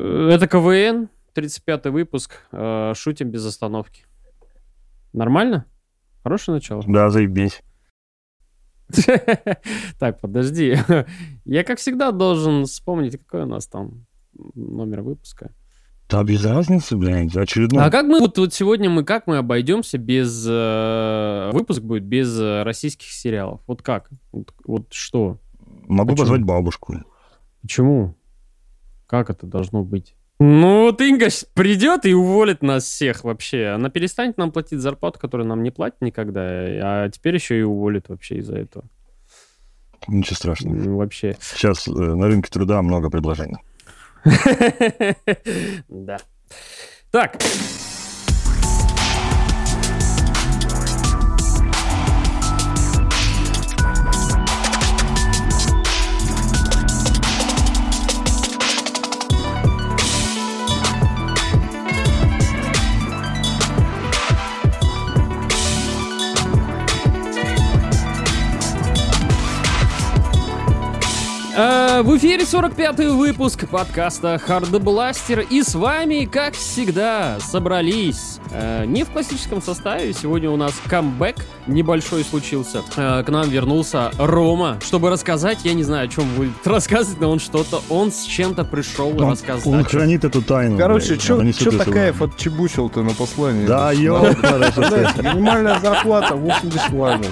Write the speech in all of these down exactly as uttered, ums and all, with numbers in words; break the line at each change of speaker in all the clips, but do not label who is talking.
Это КВН, тридцать пятый выпуск. Шутим без остановки. Нормально? Хорошее начало?
Да, заебись.
Так, подожди. Я, как всегда, должен вспомнить, какой у нас там номер выпуска.
Да без разницы, блядь, очередной.
А как мы, вот, вот сегодня мы, как мы обойдемся без... Э, выпуск будет без э, российских сериалов? Вот как? Вот, вот что?
Могу
Почему?
позвать бабушку.
Почему? Как это должно быть? Ну, вот Инга придет и уволит нас всех вообще. Она перестанет нам платить зарплату, которую нам не платит никогда, а теперь еще и уволит вообще из-за этого.
Ничего страшного.
Ну, вообще.
Сейчас э, на рынке труда много предложений.
Да. Так. В эфире сорок пятый выпуск подкаста Hardblastер, и с вами, как всегда, собрались э, не в классическом составе. Сегодня у нас камбэк небольшой случился. Э, к нам вернулся Рома, чтобы рассказать, я не знаю, о чем будет рассказывать, но он что-то, он с чем-то пришел
он,
рассказать.
Он хранит эту тайну.
Короче, что такая отчебучил ты на послание?
Да, ё,
минимальная зарплата восемьдесят лайнов.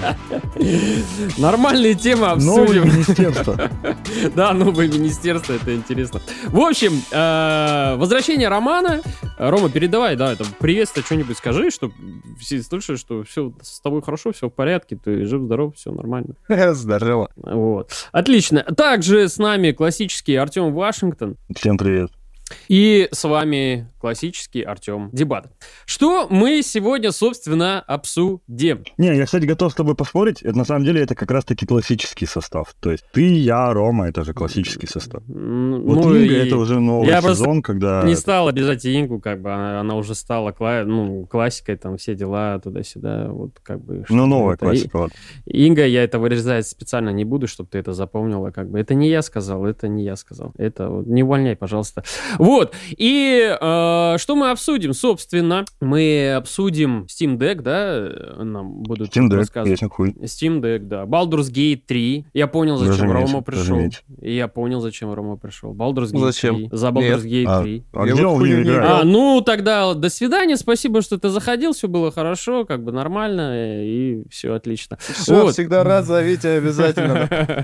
Нормальная тема, обсудим.
Новое министерство.
Да, новое министерство, это интересно. В общем, э, возвращение Романа. Рома, передавай, да, это приветствие, что-нибудь скажи, чтобы все слышали, что все с тобой хорошо, все в порядке, ты жив-здоров, все нормально.
Здорово.
Вот. Отлично. Также с нами классический Артем Вашингтон.
Всем привет.
И с вами классический Артем Дебат. Что мы сегодня, собственно, обсудим?
Не, я, кстати, готов с тобой поспорить. Это, на самом деле, это как раз-таки классический состав. То есть ты, я, Рома, это же классический состав.
Ну,
вот Инга, это уже новый
я
сезон, когда...
не стал обижать Ингу, как бы она, она уже стала кла... ну, классикой, там все дела туда-сюда, вот как бы...
Ну, новая
это...
классика, ладно.
Инга, я это вырезать специально не буду, чтобы ты это запомнила, как бы. Это не я сказал, это не я сказал. Это вот, не увольняй, пожалуйста. Вот, и э, что мы обсудим? Собственно, мы обсудим Steam Deck, да, нам будут
Steam Deck,
рассказывать.
ясно, хуй.
Steam Deck, да. Baldur's Gate три. Я понял, зачем
разумеется,
Рома пришел.
разумеется.
И я понял, зачем Рома пришел. Baldur's Gate
Зачем?
три. За Baldur's
Нет.
Gate три.
А, а
Я
где
вот
он в
хуйню
нее
не
играет?
играл.
А, ну тогда до свидания, спасибо, что ты заходил, все было хорошо, как бы нормально, и все отлично.
Все,
Вот.
всегда рад, зовите обязательно.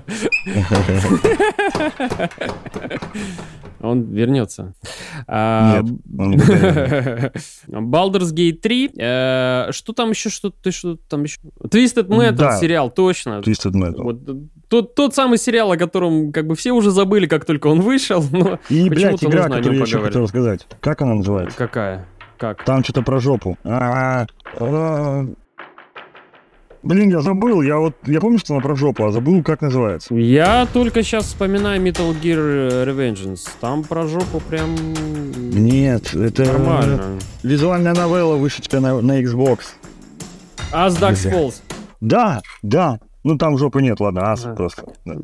Он вернется. А,
Нет, он не поверит.
Baldur's Gate три. э, Что там еще? Что ты что там еще? Twisted Metal
Да.
сериал, точно.
Twisted Metal.
Вот, тот, тот самый сериал, о котором как бы все уже забыли, как только он вышел, но
И, блядь,
почему-то
игра,
нужно о
которую
нем
я еще
поговорить.
хотел сказать. Как она называется?
Какая? Как?
Там что-то про жопу. А, а, Блин, я забыл. Я вот я помню, что она про жопу, а забыл, как называется.
Я только сейчас вспоминаю Metal Gear Revengeance. Там про жопу прям
Нет, это
нормально.
визуальная новелла, вышедшая на, на Xbox.
As Ducks
Бля.
Falls.
Да, да. Ну там жопы нет, ладно, ас
Ага.
просто. Да.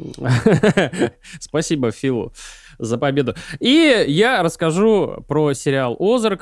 Спасибо Филу за победу. И я расскажу про сериал «Озарк».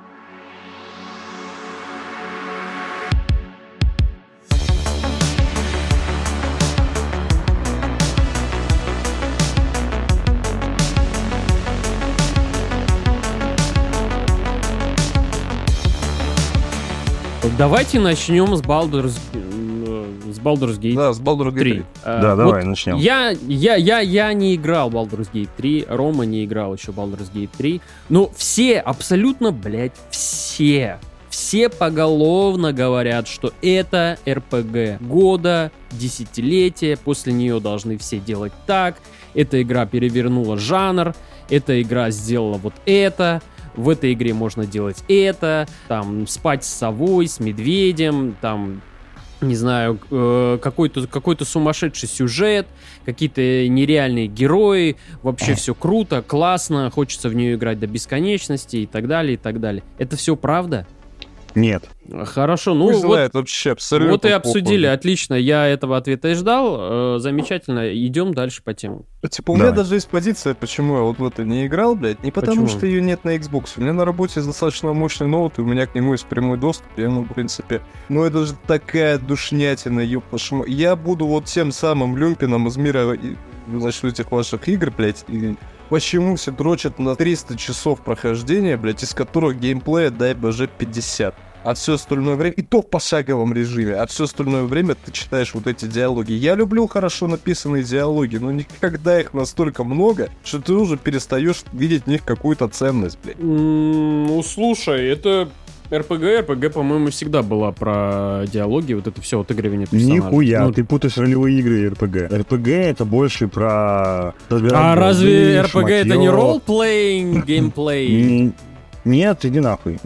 Давайте начнем с Baldur's, э, с Baldur's Gate
Да, с Baldur's Gate
три.
три.
Э,
Да,
вот
давай, начнем.
Я, я, я, я не играл в Baldur's Gate три, Рома не играл еще в Baldur's Gate три, но все, абсолютно, блядь, все, все поголовно говорят, что это эр пи джи года, десятилетия, после нее должны все делать так, эта игра перевернула жанр, эта игра сделала вот это, в этой игре можно делать это, там, спать с совой, с медведем, там, не знаю, э, какой-то, какой-то сумасшедший сюжет, какие-то нереальные герои, вообще все круто, классно, хочется в нее играть до бесконечности и так далее, и так далее. Это все правда?
Нет.
Хорошо, ну
Пусть
вот,
знает вообще абсолютно.
вот и
похуй.
обсудили, отлично, я этого ответа и ждал, э, замечательно, идем дальше по теме.
Типа, у
Давай.
меня даже есть позиция, почему я вот в это не играл, блядь. Не потому,
Почему?
что ее нет на Xbox. У меня на работе есть достаточно мощный ноут, и у меня к нему есть прямой доступ. Я, ну, в принципе... Ну, это же такая душнятина, ёпта шмо. Я буду вот тем самым люмпином из мира, и, значит, этих ваших игр, блядь, и... Почему все дрочат на триста часов прохождения, блядь, из которых геймплея, дай боже, пятьдесят. А все остальное время, и то в пошаговом режиме, а все остальное время ты читаешь вот эти диалоги. Я люблю хорошо написанные диалоги, но никогда их настолько много, что ты уже перестаешь видеть в них какую-то ценность, блядь.
М, Ну, слушай, это эр пи джи, эр пи джи, по-моему, всегда была про диалоги, вот это все отыгрывание персонажей.
Нихуя,
Ну,
ты путаешь ролевые игры и эр пи джи. эр пи джи это больше про...
А разве эр пи джи это не
шматьё.
ролл-плейнг, геймплей?
М, Нет, иди нахуй.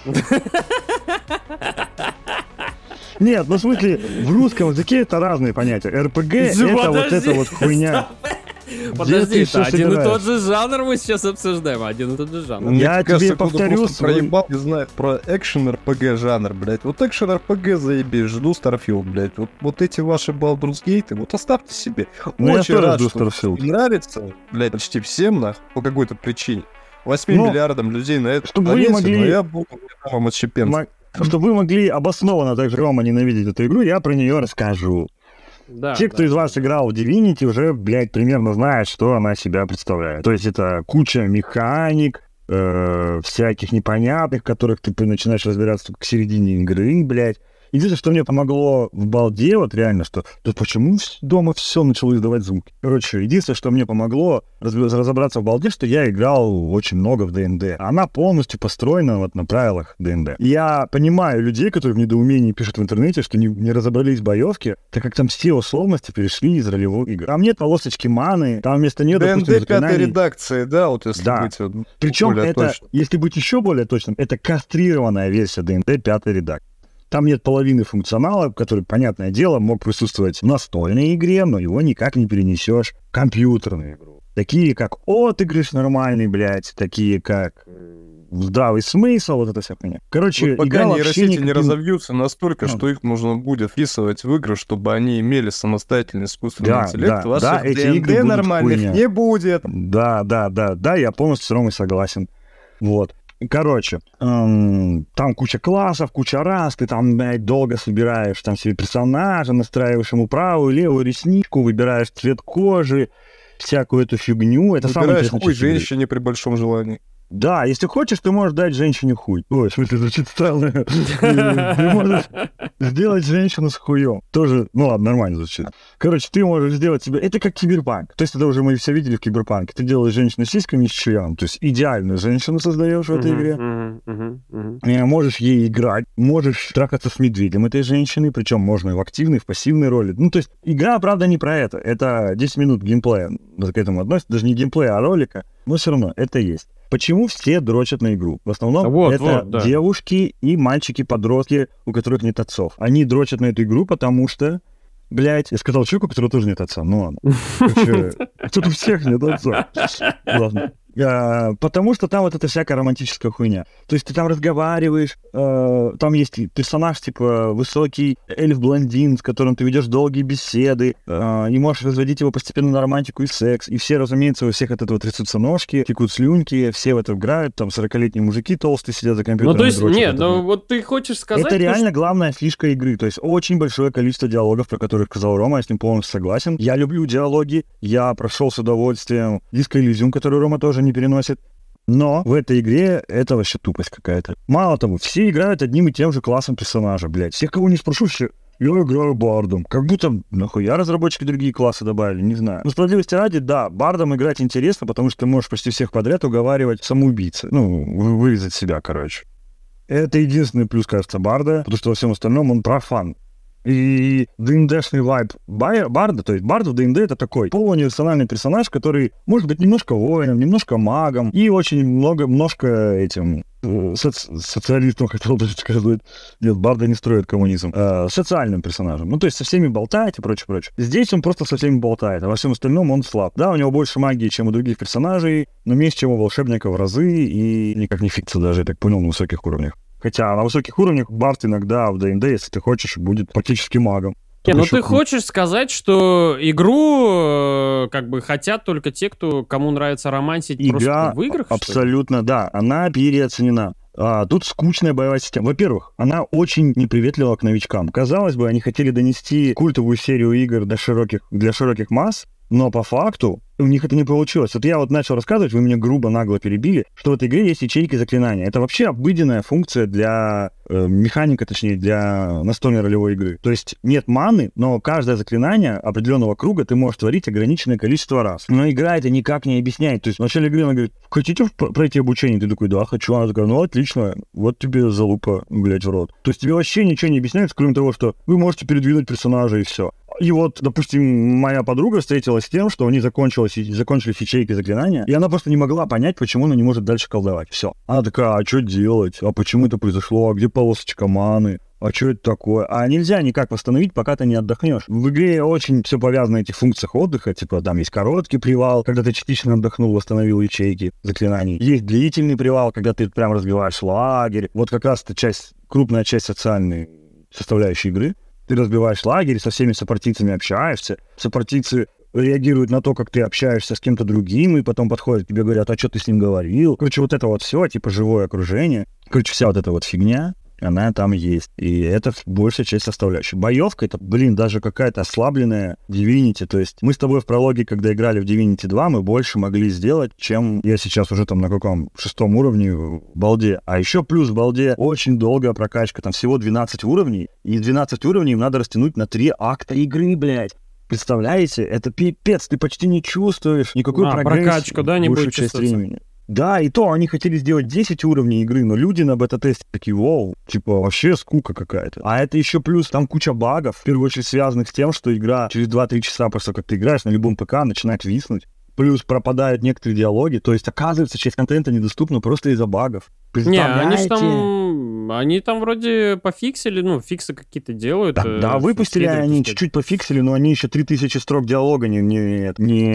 Нет, ну в смысле, в русском языке это разные понятия. эр пи джи это вот эта вот хуйня.
Подожди,
ты
это
всё
один и
собираешь?
тот же жанр мы сейчас обсуждаем, один и тот же жанр.
Мне
Я
кажется,
тебе
кто-то
повторю
просто
свой-
проебал, не знает про экшен эр пи джи жанр, блядь. Вот экшен эр пи джи заебись, жду Starfield, блядь. Вот, вот эти ваши Baldur's Gate, вот оставьте себе.
Ну, я
Очень
тоже
рад,
жду
что
Starfield.
не нравится, блядь, почти всем, нах, по какой-то причине. восьми
Ну,
миллиардам людей на это
чтобы вы
планете,
могли-
но я буду вам отщепенцем.
Ма- Чтобы вы могли обоснованно так же Рома ненавидеть эту игру, я про нее расскажу.
Да,
Те, кто
да.
из вас играл в Divinity, уже, блядь, примерно знают, что она себя представляет. То есть это куча механик, э, всяких непонятных, в которых ты начинаешь разбираться только к середине игры, блядь. Единственное, что мне помогло в балде, вот реально, что да почему вс- дома все начало издавать звуки. Короче, единственное, что мне помогло раз- разобраться в балде, что я играл очень много в ди энд ди. Она полностью построена вот на правилах ди энд ди. Я понимаю людей, которые в недоумении пишут в интернете, что не, не разобрались в боевке, так как там все условности перешли из ролевых игр. Там нет полосочки маны, там вместо нее, допустим,
ДНД пятой
заклинаний.
редакции, да, вот если
Да.
быть вот,
Причем
более
это,
точным.
если быть еще более точным, это кастрированная версия ди энд ди пятой редакции. Там нет половины функционала, который, понятное дело, мог присутствовать в настольной игре, но его никак не перенесешь в компьютерную игру. Такие, как отыгрыш нормальный, блядь, такие, как э, здравый смысл, вот это вся хуйня. Короче,
Вот
игра
пока
вообще
нейросети не
никаким-
разовьются настолько,
Ну.
что их нужно будет вписывать в игры, чтобы они имели самостоятельный искусственный
Да,
интеллект,
да,
ваших
да, эти
ди эн ди
игры будут
нормальных
хуйня.
не будет.
Да, да, да, да, я полностью с Ромой согласен. Вот. Короче, эм, там куча классов, куча рас, ты там, блядь, долго собираешь там себе персонажа, настраиваешь ему правую, левую ресничку, выбираешь цвет кожи, всякую эту фигню. Это самое
Выбираешь
интересное.
хуй
часть игры.
женщине при большом желании.
Да, если хочешь, ты можешь дать женщине хуй. Ой, в смысле, звучит странно. Ты можешь сделать женщину с хуем. Тоже, ну ладно, нормально звучит. Короче, ты можешь сделать себе... Это как киберпанк. То есть это уже мы все видели в киберпанке. Ты делаешь женщину с сиськами и с членом. То есть идеальную женщину создаешь в этой
Мгм,
игре.
мгм, мгм, мгм.
Э, Можешь ей играть, можешь трахаться с медведем этой женщины, причем можно и в активной, и в пассивной роли. Ну, то есть игра, правда, не про это. Это десять минут геймплея к этому относится. Даже не геймплея, а ролика. Но все равно это есть. Почему все дрочат на игру? В основном
Вот,
это
вот, да.
девушки и мальчики-подростки, у которых нет отцов. Они дрочат на эту игру, потому что, блядь, я сказал человеку, у которого тоже нет отца. Ну ладно. Короче, тут у всех нет отца. Ладно. А, потому что там вот эта всякая романтическая хуйня. То есть ты там разговариваешь, э, там есть персонаж, типа, высокий эльф-блондин, с которым ты ведешь долгие беседы, э, и можешь разводить его постепенно на романтику и секс. И все, разумеется, у всех от этого трясутся ножки, текут слюнки, все в это играют, там сорокалетние мужики толстые сидят за компьютером.
Ну, то
и
есть,
дрочат
нет,
это.
ну вот ты хочешь сказать...
Это
то,
реально главная фишка игры. То есть очень большое количество диалогов, про которые сказал Рома, я с ним полностью согласен. Я люблю диалоги, я прошел с удовольствием Disco Elysium, который Рома тоже не переносит. Но в этой игре это вообще тупость какая-то. Мало того, все играют одним и тем же классом персонажа, блядь. Всех, кого не спрошу, все... Я играю бардом. Как будто, нахуя разработчики другие классы добавили, не знаю. Но справедливости ради, да, бардом играть интересно, потому что ты можешь почти всех подряд уговаривать самоубийцы. Ну, вы- вырезать себя, короче. Это единственный плюс, кажется, барда, потому что во всем остальном он профан. И ди энд ди-шный вайб бай- барда, то есть бард в ди энд ди это такой полууниверсальный персонаж, который может быть немножко воином, немножко магом и очень много, немножко этим э, соци- социалистом, хотел бы сказать. Нет, барда не строит коммунизм. Э, социальным персонажем. Ну, то есть со всеми болтает и прочее, прочее. Здесь он просто со всеми болтает, а во всем остальном он слаб. Да, у него больше магии, чем у других персонажей, но меньше, чем у волшебника в разы, и никак не фикция даже, я так понял, на высоких уровнях. Хотя на высоких уровнях Барт иногда в ди энд ди, если ты хочешь, будет практически магом.
Не, ну ты хочешь сказать, что игру э, как бы хотят только те, кто, кому нравится романсить
Игра
просто в играх?
Абсолютно, да. Она переоценена. А, тут скучная боевая система. Во-первых, она очень неприветлива к новичкам. Казалось бы, они хотели донести культовую серию игр до широких, для широких масс, но по факту у них это не получилось. Вот я вот начал рассказывать, вы меня грубо, нагло перебили, что в этой игре есть ячейки заклинания. Это вообще обыденная функция для э, механика, точнее, для настольной ролевой игры. То есть нет маны, но каждое заклинание определенного круга ты можешь творить ограниченное количество раз. Но игра это никак не объясняет. То есть в начале игры она говорит, хотите пройти обучение? Ты такой, да, хочу. Она такая, ну отлично, вот тебе залупа, блядь, в рот. То есть тебе вообще ничего не объясняется, кроме того, что вы можете передвинуть персонажа и все. И вот, допустим, моя подруга встретилась с тем, что у нее закончилась, закончились ячейки заклинания, и она просто не могла понять, почему она не может дальше колдовать. Все. Она такая, а что делать? А почему это произошло? А где полосочка маны? А что это такое? А нельзя никак восстановить, пока ты не отдохнешь. В игре очень все повязано на этих функциях отдыха, типа там есть короткий привал, когда ты частично отдохнул, восстановил ячейки заклинаний. Есть длительный привал, когда ты прям разбиваешь лагерь. Вот как раз это часть, крупная часть социальной составляющей игры. Ты разбиваешь лагерь, со всеми сопартийцами общаешься, сопартийцы реагируют на то, как ты общаешься с кем-то другим, и потом подходят к тебе и говорят, а что ты с ним говорил? Короче, вот это вот все, типа живое окружение. Короче, вся вот эта вот фигня, она там есть. И это большая часть составляющей. Боевка — это, блин, даже какая-то ослабленная Divinity. То есть мы с тобой в прологе, когда играли в Divinity два, мы больше могли сделать, чем я сейчас уже там на каком шестом уровне в балде. А еще плюс в балде очень долгая прокачка. Там всего двенадцать уровней. И двенадцать уровней им надо растянуть на три акта игры, блядь. Представляете? Это пипец. Ты почти не чувствуешь никакой
а,
прогресс.
Прокачку, да, не будет
часть времени. Да, и то они хотели сделать десять уровней игры, но люди на бета-тесте такие, вау, типа, вообще скука какая-то. А это еще плюс, там куча багов, в первую очередь связанных с тем, что игра через два-три часа после того, как ты играешь на любом ПК, начинает виснуть. Плюс пропадают некоторые диалоги, то есть, оказывается, часть контента недоступна просто из-за багов.
Не, они ж там, они там вроде пофиксили, ну, фиксы какие-то делают.
Да, да выпустили они, чуть-чуть пофиксили, но они еще три тысячи строк диалога не, не,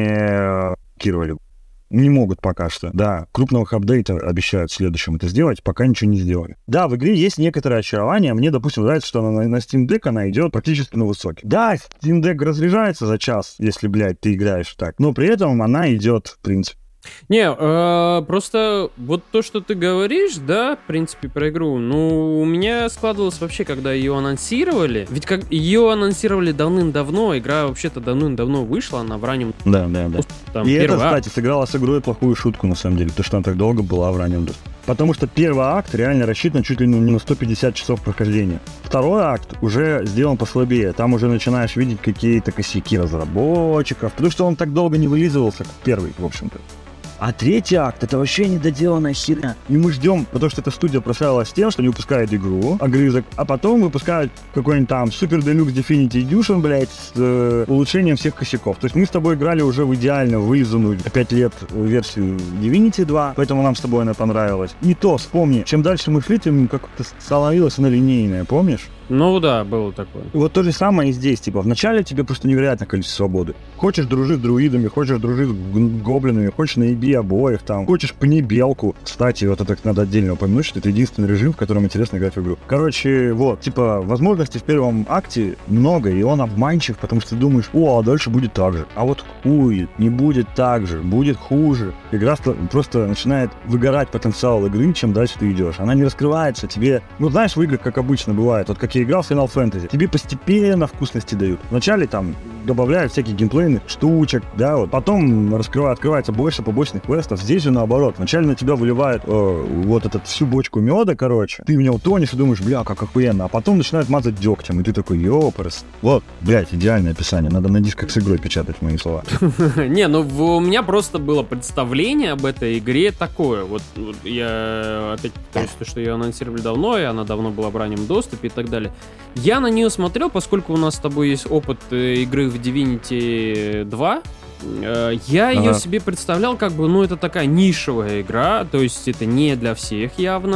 не кировали. Не могут пока что. Да, крупного апдейта обещают в следующем это сделать, пока ничего не сделали. Да, в игре есть некоторое очарование. Мне, допустим, нравится, что она на, на Steam Deck она идет практически на высокий. Да, Steam Deck разряжается за час, если, блядь, ты играешь так. Но при этом она идет, в принципе.
Не, э, просто вот то, что ты говоришь, да, в принципе, про игру, ну, у меня складывалось вообще, когда ее анонсировали, ведь как ее анонсировали давным-давно, игра вообще-то давным-давно вышла, она в раннем...
Да, да, да. Там, и это, кстати, сыграла с игрой плохую шутку, на самом деле, то, что она так долго была в раннем доступе. Потому что первый акт реально рассчитан чуть ли не на сто пятьдесят часов прохождения. Второй акт уже сделан послабее. Там уже начинаешь видеть какие-то косяки разработчиков, потому что он так долго не вылизывался, как первый, в общем-то. А третий акт — это вообще недоделанная херня. И мы ждем, потому что эта студия прославилась тем, что они выпускают игру, огрызок, а потом выпускают какой-нибудь там Super Deluxe Definitive Edition, блядь, с э, улучшением всех косяков. То есть мы с тобой играли уже в идеально вылизанную за пять лет версию Divinity два, поэтому нам с тобой она понравилась. И то, вспомни, чем дальше мы шли, тем как-то становилась она линейная, помнишь?
Ну да, было такое.
И вот то же самое и здесь, типа, вначале тебе просто невероятное количество свободы. Хочешь дружить с друидами, хочешь дружить с гоблинами, хочешь наеби обоих там, хочешь пни белку. Кстати, вот это надо отдельно упомянуть, что это единственный режим, в котором интересно играть в игру. Короче, вот, типа, возможностей в первом акте много, и он обманчив, потому что ты думаешь, о, а дальше будет так же. А вот хуй, не будет так же, будет хуже. Игра просто начинает выгорать потенциал игры, чем дальше ты идешь. Она не раскрывается, тебе, ну знаешь, в играх, как обычно бывает, вот как я играл в Final Fantasy, тебе постепенно вкусности дают. Вначале там добавляют всяких геймплейных штучек, да, вот. Потом раскрывают, открывается больше побочных квестов. Здесь же наоборот. Вначале на тебя выливают э, вот этот всю бочку меда, короче. Ты в него тонешь и думаешь, бля, как охуенно. А потом начинают мазать дегтем, и ты такой, ёпрс. Вот, блядь, идеальное описание. Надо на дисках с игрой печатать мои слова.
Не, ну у меня просто было представление об этой игре такое. Вот я опять повторюсь, что ее анонсировали давно, и она давно была в раннем доступе и так далее. Я на нее смотрел, поскольку у нас с тобой есть опыт игры в Divinity два. Я ага. ее себе представлял как бы, ну, это такая нишевая игра, то есть это не для всех явно.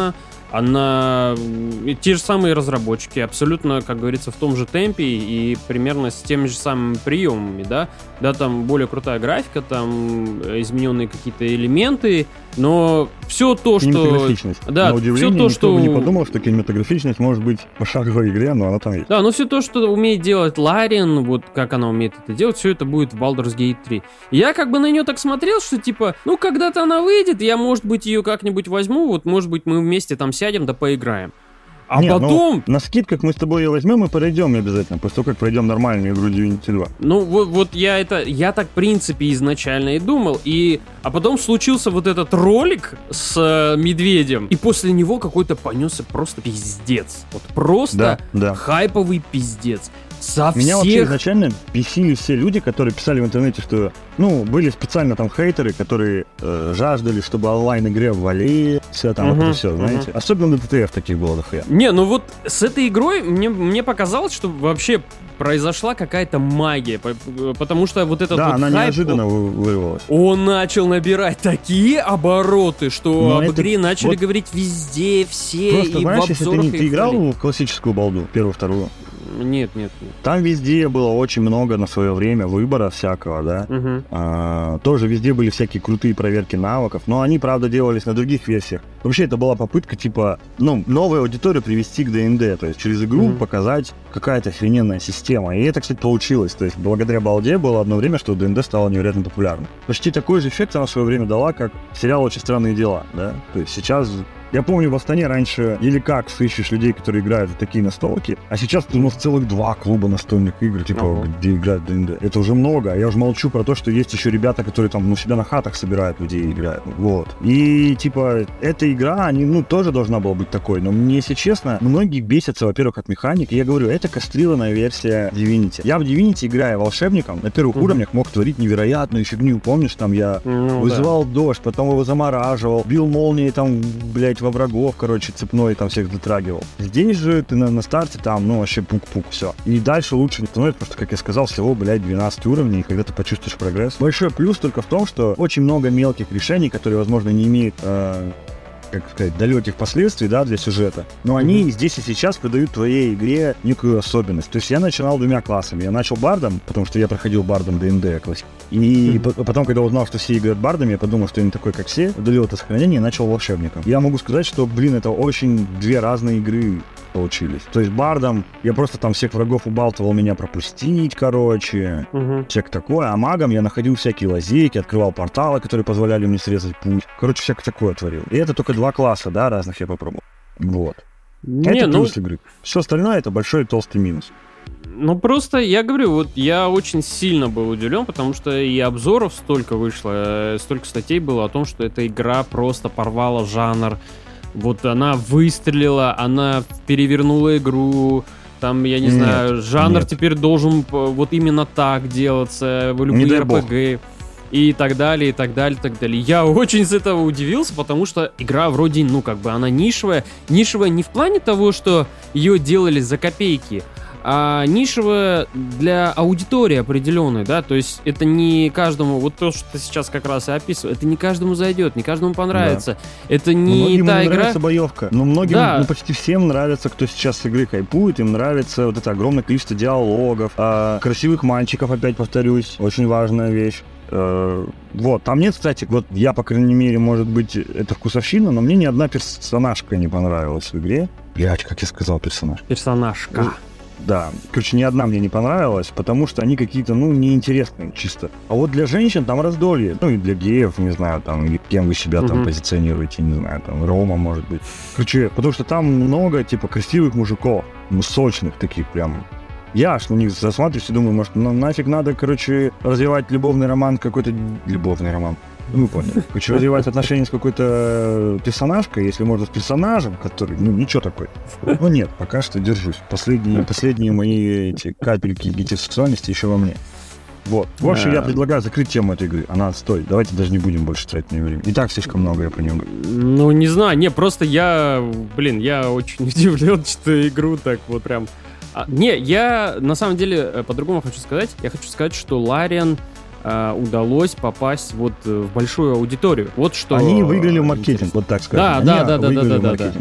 она... Те же самые разработчики, абсолютно, как говорится, в том же темпе и примерно с теми же самыми приемами, да? Да, там более крутая графика, там измененные какие-то элементы, но все то, что...
Кинематографичность.
Да,
на удивление,
все то,
никто
что...
бы не подумал, что кинематографичность может быть в пошаговой игре, но она там есть.
Да, ну все то, что умеет делать Лариан, вот как она умеет это делать, все это будет в Baldur's Gate три. Я как бы на нее так смотрел, что типа, ну когда-то она выйдет, я, может быть, ее как-нибудь возьму, вот, может быть, мы вместе там сядем да поиграем. А
Не,
потом...
Ну, на скидках мы с тобой ее возьмем и пройдем обязательно, после того, как пройдем нормальную игру Divinity два.
Ну, вот, вот я это... Я так, в принципе, изначально и думал. И... А потом случился вот этот ролик с э, медведем. И после него какой-то понесся просто пиздец. Вот просто
Да, да.
хайповый пиздец. Со
Меня вообще
всех...
изначально бесили все люди, которые писали в интернете, что, ну, были специально там хейтеры, которые э, жаждали, чтобы онлайн-игре ввали, все там,
Мгм,
вот это все,
мгм.
знаете. Особенно на ТТФ таких было дохуя.
Не, ну вот с этой игрой мне, мне показалось, что вообще произошла какая-то магия. по- Потому что вот этот
Да,
вот
она
хайп...
неожиданно вы- вырвалась.
Он начал набирать такие обороты, что
Но
об
это
игре начали
вот
говорить везде, все,
Просто,
и
знаешь,
в
если ты,
обзорах
не,
и
ты играл
хвалили.
в классическую балду, первую, вторую,
Нет, нет, нет.
там везде было очень много на свое время выбора всякого, да.
Мгм.
А, тоже везде были всякие крутые проверки навыков, но они, правда, делались на других версиях. Вообще, это была попытка, типа, ну, новую аудиторию привести к ДНД, то есть через игру
Мгм.
показать какая-то охрененная система. И это, кстати, получилось. То есть благодаря балде было одно время, что ДНД стало невероятно популярным. Почти такой же эффект она в свое время дала, как сериал «Очень странные дела», да. То есть сейчас... Я помню, в Астане раньше или как сыщешь людей, которые играют в такие настолки, а сейчас у нас целых два клуба настольных игр, типа,
Ого.
где играют в ДНД. Это уже много. А я уже молчу про то, что есть еще ребята, которые там, ну, себя на хатах собирают, людей и играют. Вот. И, типа, эта игра, они, ну, тоже должна была быть такой. Но мне, если честно, многие бесятся, во-первых, от механики. Я говорю, это кастрированная версия Divinity. Я в Divinity, играя волшебником, на первых
Мгм.
уровнях мог творить невероятную фигню. Помнишь, там я
Ну,
вызывал дождь, потом его замораживал, бил молнией там, блять, во врагов, короче, цепной там всех затрагивал. Здесь же ты на, на старте там, ну, вообще пук-пук, все. И дальше лучше не становится, потому что, как я сказал, всего, блядь, двенадцать уровней, и когда ты почувствуешь прогресс. Большой плюс только в том, что очень много мелких решений, которые, возможно, не имеют, э, как сказать, далеких последствий, да, для сюжета. Но они
Мгм.
здесь и сейчас придают твоей игре некую особенность. То есть я начинал двумя классами. Я начал бардом, потому что я проходил бардом ДНД классик. И по- потом, когда узнал, что все играют бардами, я подумал, что я не такой, как все, удалил это сохранение и начал волшебником. Я могу сказать, что, блин, это очень две разные игры получились. То есть бардом я просто там всех врагов убалтывал меня пропустить, короче,
Мгм.
всякое такое. А магом я находил всякие лазейки, открывал порталы, которые позволяли мне срезать путь. Короче, всякое такое творил. И это только два класса, да, разных я попробовал. Вот.
Не,
это
ну,
плюс игры. Все остальное это большой толстый минус.
ну просто я говорю, вот я очень сильно был удивлен, потому что и обзоров столько вышло, э, столько статей было о том, что эта игра просто порвала жанр. Вот она выстрелила, она перевернула игру. Там, я не
Нет,
знаю, жанр
нет.
теперь должен п- вот именно так делаться, в
Не
любые
дай
эр
бог.
пи джи и так далее, и так далее, и так далее. Я очень с этого удивился, потому что игра вроде, ну, как бы она нишевая. Нишевая не в плане того, что ее делали за копейки, а нишевая для аудитории определенной, да, то есть это не каждому, вот то, что ты сейчас как раз и описывал, это не каждому зайдет, не каждому понравится. Это не
Многим
та
не
игра...
нравится боевка. Но многим,
Да.
ну почти всем нравится, кто сейчас с игры хайпует, им нравится вот это огромное количество диалогов, а, красивых мальчиков, опять повторюсь, очень важная вещь. Э, Вот, там нет, кстати, вот я, по крайней мере, может быть, это вкусовщина, но мне ни одна персонажка не понравилась в игре. Блять, как я сказал, персонаж.
Персонажка.
Да, короче, ни одна мне не понравилась, потому что они какие-то, ну, неинтересные чисто. А вот для женщин там раздолье. Ну, и для геев, не знаю, там, или кем вы себя там
Мгм.
позиционируете, не знаю, там, Рома, может быть. Короче, потому что там много, типа, красивых мужиков, ну, сочных таких прям. Я аж на них засматриваюсь и думаю, может, ну, нафиг надо, короче, развивать любовный роман какой-то... Любовный роман. Ну, вы поняли. Короче, развивать отношения с какой-то персонажкой, если можно с персонажем, который, ну, ничего такой. Ну, нет, пока что держусь. Последние, последние мои эти капельки гетеросексуальности еще во мне. Вот. В общем, я
Да.
предлагаю закрыть тему этой игры. Она отстой. Давайте даже не будем больше тратить на нее время. И так слишком много я про нее говорю.
Ну, не знаю, не, просто я, блин, я очень удивлен, что игру так вот прям... А, не, я на самом деле э, по-другому хочу сказать. Я хочу сказать, что Лариан э, удалось попасть вот э, в большую аудиторию. Вот что...
Они выиграли в маркетинг,
интересно.
вот так скажем.
Да,
Они
да, да, да,
выиграли
да,
в
да, да.
маркетинг.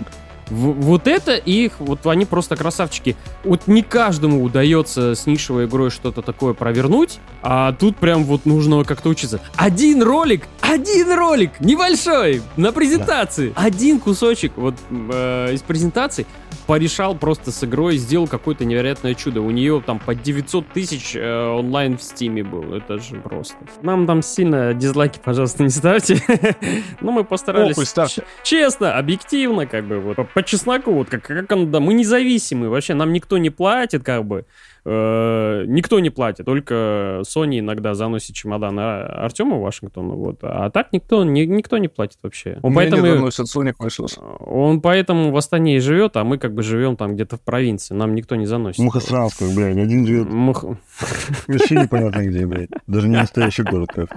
В- вот это их, вот они просто красавчики. Вот не каждому удается с нишевой игрой что-то такое провернуть, а тут прям вот нужно как-то учиться. Один ролик, один ролик, небольшой, на презентации. Да. Один кусочек вот э, из презентации порешал просто с игрой, сделал какое-то невероятное чудо. У нее там по девятьсот тысяч э, онлайн в Стиме был. Это же просто. Нам там сильно дизлайки, пожалуйста, не ставьте. Но мы постарались ч- честно, объективно, как бы, вот, по, по чесноку, вот как, как оно, да, мы независимы, вообще нам никто не платит, как бы. Э, никто не платит, только Sony иногда заносит чемодан Артему Вашингтону, вот, а так никто, ни, никто не платит вообще. Он
Мне
поэтому,
не заносит Sony Huesos.
Он поэтому в Астане и живет, а мы как бы живем там где-то в провинции, нам никто не заносит.
Мухосранск, блядь, один живет.
Мух...
Вообще непонятно где, блядь. Даже не настоящий город, как.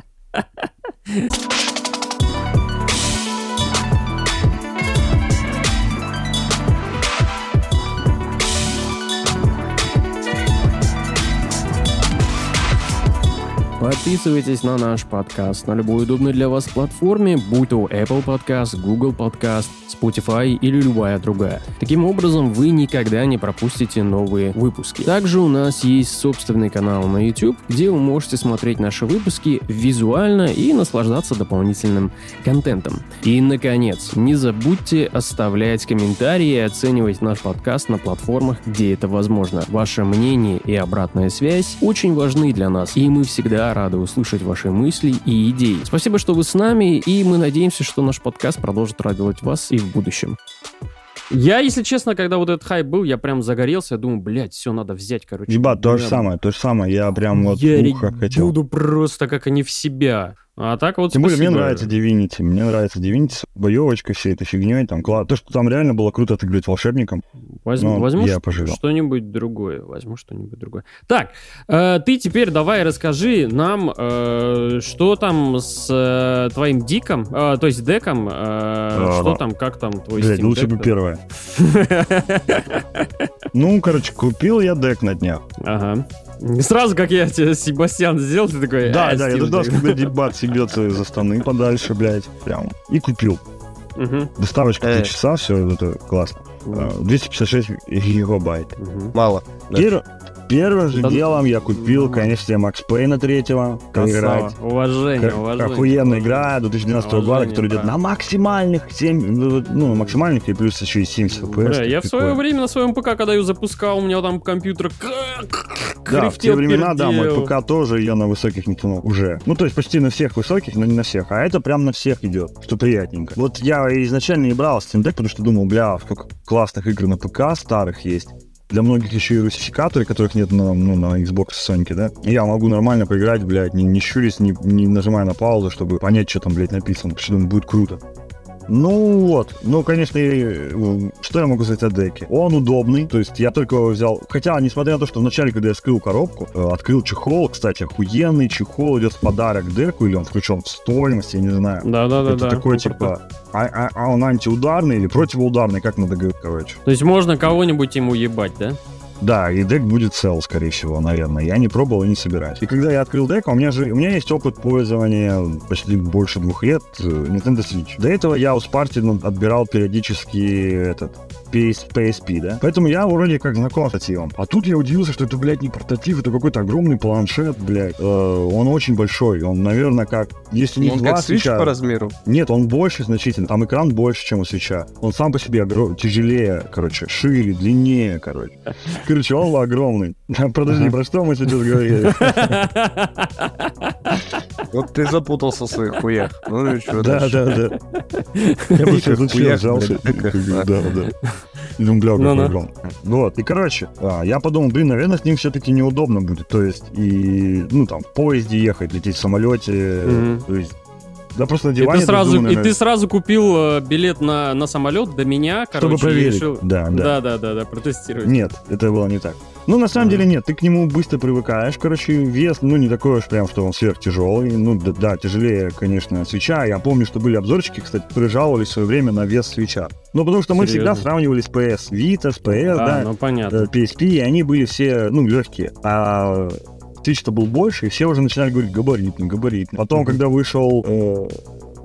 Подписывайтесь на наш подкаст на любой удобной для вас платформе, будь то Apple Podcast, Google Podcast, Spotify или любая другая. Таким образом, вы никогда не пропустите новые выпуски. Также у нас есть собственный канал на YouTube, где вы можете смотреть наши выпуски визуально и наслаждаться дополнительным контентом. И, наконец, не забудьте оставлять комментарии и оценивать наш подкаст на платформах, где это возможно. Ваше мнение и обратная связь очень важны для нас, и мы всегда рады услышать ваши мысли и идеи. Спасибо, что вы с нами, и мы надеемся, что наш подкаст продолжит радовать вас и в будущем. Я, если честно, когда вот этот хайп был, я прям загорелся, я думаю, блядь, все, надо взять, короче.
Ебать, то же самое, то же самое, я прям вот
я
ухо хотел.
буду просто как они в себя. А так вот
Тем более,
спасибо.
мне нравится Divinity, мне нравится Divinity с боевочкой всей этой фигней, там, кла- то, что там реально было круто отыгрывать волшебником.
Возьму,
Но
возьму
я
ш-
пожалел.
что-нибудь другое. Возьму что-нибудь другое. Так, э, ты теперь давай расскажи нам, э, что там с э, твоим диком, э, то есть деком, э,
А,
что там, как там твой
Блядь,
Steam
лучше бы
Deck?
первое. Ну, короче, купил я дек на днях.
Ага. Сразу, как я тебе, Себастьян, сделал, ты такой...
Да,
«А,
да, я
Steam
дождался,
Deck».
когда дебат съебется из-за станы подальше, блядь, прям. И купил.
Мгм.
Доставочка
Э.
три часа, все это классно. А, двести пятьдесят шесть гигабайт.
Мгм.
Мало. Да.
Пер- Первым же
Да-
делом я купил, конечно, Макс Пейна третьего.
Красава.
Поиграть.
Уважение,
К-
уважение.
Охуенная игра две тысячи двенадцатого года,
Уважение,
которая идет
да.
на максимальных семь, ну, ну, максимальных и плюс еще и семьдесят эф пи эс.
Бля, я в свое
Прикольно.
время на своем ПК, когда ее запускал, у меня там компьютер
Да, в те
кряхтел,
времена, да, мой
пердел.
ПК тоже ее на высоких не тянул уже. Ну, то есть почти на всех высоких, но не на всех. А это прям на всех идет, что приятненько. Вот я изначально не брал Steam Deck, потому что думал, бля, сколько классных игр на ПК старых есть. Для многих еще и русификаторы, которых нет на, ну, на Xbox и Sony, да? И я могу нормально поиграть, блядь, не, не щурясь, не, не нажимая на паузу, чтобы понять, что там, блядь, написано, потому что думаю, будет круто. Ну вот, ну, конечно, и, что я могу сказать о деке? Он удобный, то есть я только его взял, хотя, несмотря на то, что вначале, когда я вскрыл коробку, э, открыл чехол, кстати, охуенный чехол идет в подарок к деку, или он включен в стоимость, я не знаю.
Да-да-да.
Это такой, типа, а, а- а он антиударный или противоударный, как надо говорить, короче.
То есть можно кого-нибудь ему ебать, да?
Да, и дек будет цел, скорее всего, наверное. Я не пробовал и не собираюсь. И когда я открыл дек, у меня же у меня есть опыт пользования почти больше двух лет э, Nintendo Switch. До этого я у Спарти ну, отбирал периодически этот пи эс пи, да? Поэтому я вроде как знаком с портативом. А тут я удивился, что это, блядь, не портатив, это какой-то огромный планшет, блядь. Э, он очень большой, он, наверное, как... Если не
Он
два
как Switch
свеча...
по размеру.
Нет, он больше значительно. Там экран больше, чем у свеча. Он сам по себе огром... тяжелее, короче, шире, длиннее, короче. Короче, он огромный. Подожди, про что мы сейчас говорили?
Вот ты запутался в своих хуях. Ну и что
Да,
дальше?
да, да. Я просто изучил, взялся. Да, да. И думаю, бля,
Ну-ну.
какой огромный. Вот, и короче, а, я подумал, блин, наверное, с ним все-таки неудобно будет. То есть, и, ну, там, в поезде ехать, лететь в самолете,
Мгм.
то есть, да просто на
И
диване.
ты, сразу,
думаю,
и ты
наверное,
сразу купил э, билет на, на самолет до меня, короче,
чтобы
и
проверить.
решил...
Да, да.
Да, да, да, да, протестировать.
Нет, это было не так. Ну, на самом
Ага.
деле нет, ты к нему быстро привыкаешь, короче, вес, ну, не такой уж прям, что он сверхтяжелый, ну, да, да, тяжелее, конечно, свеча. Я помню, что были обзорчики, кстати, которые жаловались в свое время на вес свеча. Ну, потому что мы
Серьезно?
всегда сравнивали с пи эс Vita, с пи эс,
А,
да,
ну понятно.
э, пи эс пи, и они были все, ну, легкие. А Switch-то был больше, и все уже начинали говорить габаритный, габаритный. Потом,
Мгм.
когда вышел... э,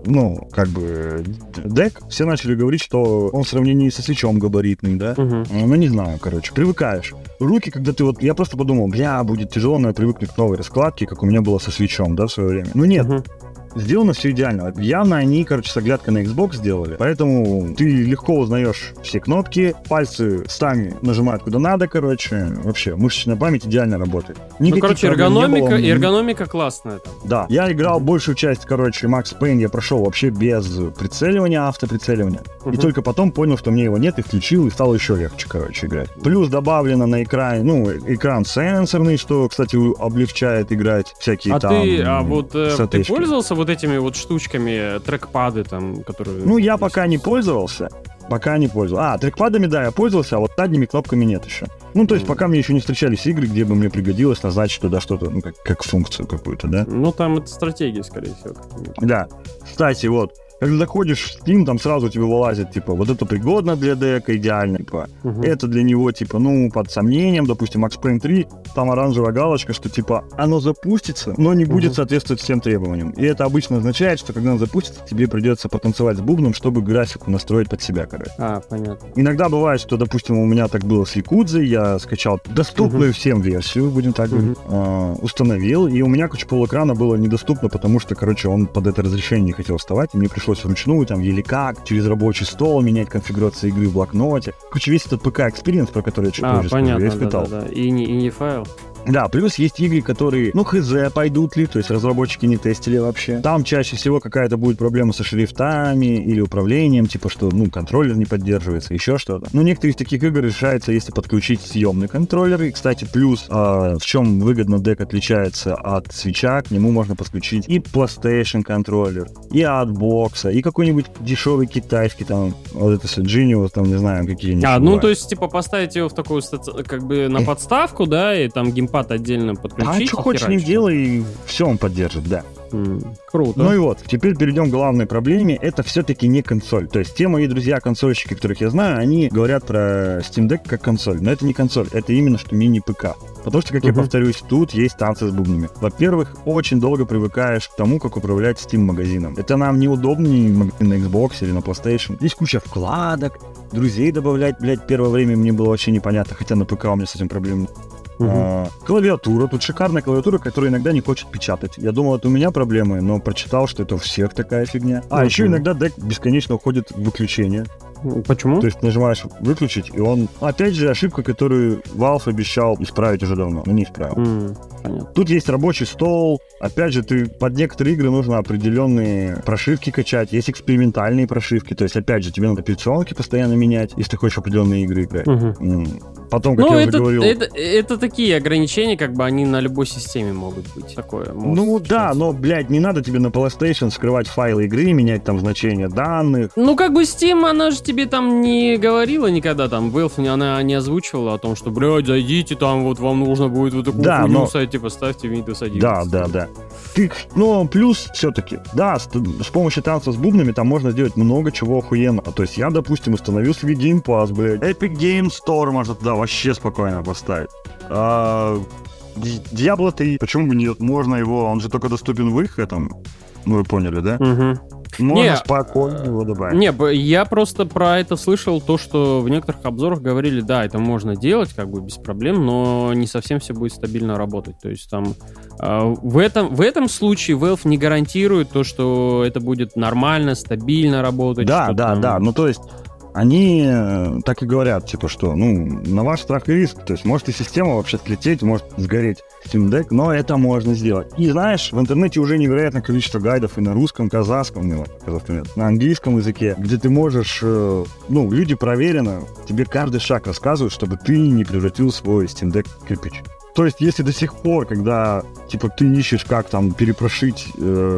ну, как бы, дек, все начали говорить, что он в сравнении со свечом габаритный, да?
Угу.
Ну, не знаю, короче, привыкаешь. Руки, когда ты вот, я просто подумал, бля, будет тяжело, но я привыкну к новой раскладке, как у меня было со свечом, да, в свое время. Ну, нет.
Угу.
Сделано все идеально. Явно они, короче, с оглядкой на Xbox сделали. Поэтому ты легко узнаешь все кнопки, пальцы сами нажимают куда надо, короче. Вообще, мышечная память идеально работает.
Никаких, ну, короче, эргономика, эргономика классная там.
Да. Я играл большую часть, короче, Max Payne я прошел вообще без прицеливания, автоприцеливания. Uh-huh. И только потом понял, что мне его нет, и включил, и стало еще легче, короче, играть. Плюс добавлено на экране, ну, экран сенсорный, что, кстати, облегчает играть всякие
а
там...
Ты, а вот э, ты пользовался вот этими вот штучками, трекпады там, которые...
Ну, я пока не пользовался. Пока не пользовался. А, трекпадами, да, я пользовался, а вот задними кнопками нет еще. Ну, то есть, mm. пока мне еще не встречались игры, где бы мне пригодилось назначить туда что-то, ну, как, как функцию какую-то, да?
Ну, там это стратегия, скорее всего.
Да. Кстати, вот, когда заходишь в Steam, там сразу тебе вылазит, типа, вот это пригодно для дека, идеально, типа, uh-huh. это для него, типа, ну, под сомнением, допустим, Max Payne три, там оранжевая галочка, что, типа, оно запустится, но не будет uh-huh. соответствовать всем требованиям. И это обычно означает, что, когда оно запустится, тебе придется потанцевать с бубном, чтобы графику настроить под себя, короче.
А, понятно.
Иногда бывает, что, допустим, у меня так было с Якудзой, я скачал доступную uh-huh. всем версию, будем так говорить, uh-huh. э, установил, и у меня, короче, полэкрана было недоступно, потому что, короче, он под это разрешение не хотел вставать, и мне пришлось вручную, там, еле как, через рабочий стол менять конфигурацию игры в блокноте. Короче, весь этот пи си-экспириенс, про который я чуть
а,
позже
понятно,
скажу, я испытал.
Да, да, да. И не, и не файл.
Да, плюс есть игры, которые, ну, хз, пойдут ли, то есть разработчики не тестили вообще. Там чаще всего какая-то будет проблема со шрифтами или управлением, типа, что, ну, контроллер не поддерживается, еще что-то. Но некоторые из таких игр решается, если подключить съемный контроллер. И, кстати, плюс, э, в чем выгодно дек отличается от свитча, к нему можно подключить и PlayStation контроллер, и от бокса, и какой-нибудь дешевый китайский, там, вот это все, Genius, там, не знаю, какие-нибудь.
А, ну, то есть, типа, поставить его в такую, как бы, на подставку, да, и там геймпад отдельно подключить.
А что хочешь, не делай, все он поддержит, да.
Mm, круто.
Ну и вот, теперь перейдем к главной проблеме. Это все-таки не консоль. То есть те мои друзья-консольщики, которых я знаю, они говорят про Steam Deck как консоль. Но это не консоль, это именно что мини-ПК. Потому что, как uh-huh. я повторюсь, тут есть танцы с бубнами. Во-первых, очень долго привыкаешь к тому, как управлять Steam-магазином. Это нам неудобнее на Xbox или на PlayStation. Здесь куча вкладок, друзей добавлять, блядь, первое время мне было вообще непонятно, хотя на ПК у меня с этим проблем нет. Uh-huh. А, клавиатура, тут шикарная клавиатура, которая иногда не хочет печатать. Я думал, это у меня проблемы, но прочитал, что это у всех такая фигня. А, uh-huh. еще иногда дек бесконечно уходит в выключение.
Почему?
То есть нажимаешь выключить, и он... Опять же, ошибка, которую Valve обещал исправить уже давно, но не исправил.
Mm,
Тут есть рабочий стол. Опять же, ты под некоторые игры нужно определенные прошивки качать. Есть экспериментальные прошивки. То есть, опять же, тебе надо операционки постоянно менять, если ты хочешь определенные игры играть. Uh-huh. Потом, как
ну,
я
это,
уже говорил...
Это, это такие ограничения, как бы они на любой системе могут быть. Такое
ну да, но, блядь, не надо тебе на PlayStation скрывать файлы игры, менять там значения данных.
Ну, как бы Steam, она же тебе там не говорила никогда, там, Valve, она не озвучивала о том, что, блядь, зайдите, там вот вам нужно будет вот такую
да,
хуйню
но...
сайте, поставьте Windows одиннадцать.
Да, да, да. Ты, ну, плюс все-таки, да, с, с помощью танца с бубнами там можно сделать много чего охуенного. То есть я, допустим, установил себе Game Pass, блядь. Epic Game Store можно туда вообще спокойно поставить. А, Diablo три, почему бы нет? Можно его, он же только доступен в их этом, ну вы поняли, да?
Угу.
Можно
не,
спокойно его добавить.
Не, я просто про это слышал, то, что в некоторых обзорах говорили, да, это можно делать, как бы без проблем, но не совсем все будет стабильно работать. То есть там э, в, этом, в этом случае Valve не гарантирует то, что это будет нормально, стабильно работать.
Да, да, там... да, ну то есть они так и говорят, типа, что, ну, на ваш страх и риск, то есть может и система вообще слететь, может сгореть Steam Deck, но это можно сделать. И знаешь, в интернете уже невероятное количество гайдов и на русском, казахском, ну, казахском нет, на английском языке, где ты можешь, ну, люди проверено, тебе каждый шаг рассказывают, чтобы ты не превратил свой Steam Deck в кирпич. То есть, если до сих пор, когда, типа, ты ищешь, как там перепрошить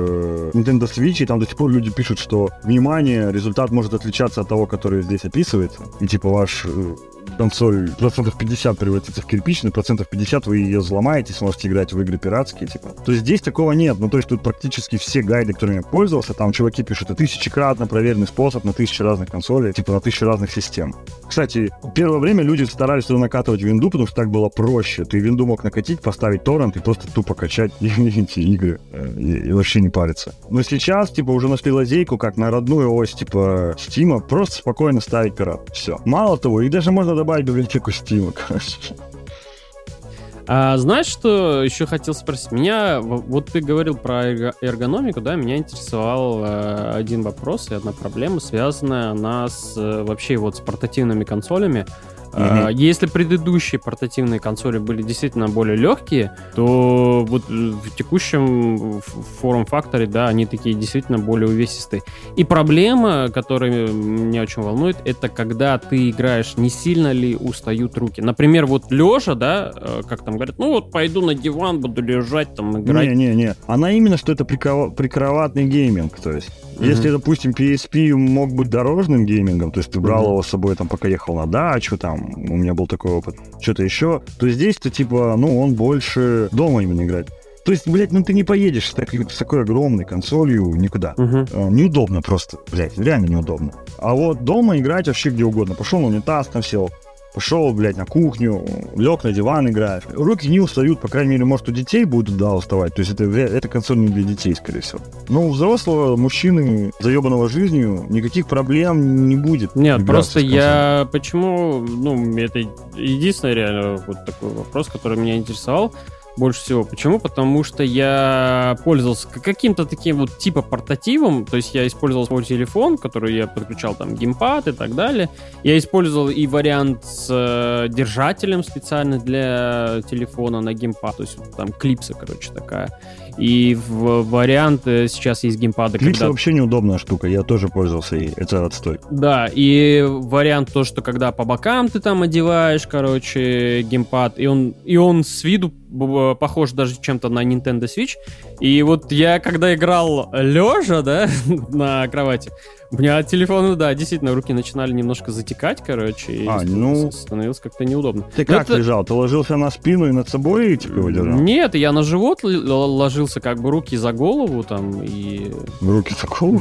э, Nintendo Switch, и там до сих пор люди пишут, что, внимание, результат может отличаться от того, который здесь описывается, и, типа, ваш э, консоль процентов пятьдесят превратится в кирпичную, процентов пятьдесят вы ее взломаете, сможете играть в игры пиратские, типа. То есть здесь такого нет. Ну, то есть тут практически все гайды, которыми я пользовался, там чуваки пишут, это тысячекратно проверенный способ на тысячи разных консолей, типа на тысячи разных систем. Кстати, первое время люди старались туда накатывать винду, потому что так было проще. Ты винду мог накатить, поставить торрент и просто тупо качать эти игры и, и вообще не париться. Но сейчас, типа, уже нашли лазейку, как на родную ось, типа, Steam, просто спокойно ставить пират. Все. Мало того, и даже можно добавить библиотеку Steam, короче.
А знаешь, что еще хотел спросить? Меня, вот ты говорил про эргономику, да, меня интересовал э, один вопрос и одна проблема, связанная она с, вообще вот с портативными консолями. Mm-hmm. Если предыдущие портативные консоли были действительно более легкие, то вот в текущем форм-факторе, да, они такие действительно более увесистые. И проблема, которая меня очень волнует, это когда ты играешь, не сильно ли устают руки. Например, вот лежа, да, как там говорят, ну вот пойду на диван, буду лежать, там, играть.
Не-не-не, она именно, что это прикро... прикроватный гейминг, то есть. Mm-hmm. Если, допустим, пи эс пи мог быть дорожным геймингом, то есть ты брал mm-hmm. его с собой, там, пока ехал на дачу, там, у меня был такой опыт, что-то еще, то здесь-то, типа, ну, он больше дома именно играть. То есть, блядь, ну ты не поедешь с, так, с такой огромной консолью никуда. Uh-huh. Неудобно просто, блядь, реально неудобно. А вот дома играть вообще где угодно. Пошел на унитаз, там сел, пошел, блядь, на кухню, лег на диван, играешь. Руки не устают, по крайней мере, может, у детей будут, да, уставать. То есть это, это консоль не для детей, скорее всего. Но у взрослого мужчины, заебанного жизнью, никаких проблем не будет.
Нет, просто я... Почему... Ну, это единственный реально вот такой вопрос, который меня интересовал больше всего. Почему? Потому что я пользовался каким-то таким вот типа портативом, то есть я использовал свой телефон, который я подключал там геймпад и так далее. Я использовал и вариант с э, держателем специально для телефона на геймпад, то есть там клипса, короче, такая. И в вариант сейчас есть геймпады.
Клипса
когда...
вообще неудобная штука, я тоже пользовался ей, это отстой.
Да, и вариант то, что когда по бокам ты там одеваешь, короче, геймпад, и он, и он с виду похож даже чем-то на Nintendo Switch. И вот я, когда играл лежа, да, на кровати, у меня от телефона, да, действительно, руки начинали немножко затекать, короче, и
а, ну...
становилось как-то неудобно.
Ты Но как это... лежал? Ты ложился на спину и над собой типа его держал?
Нет, я на живот ложился, как бы руки за голову там, и...
Руки за голову?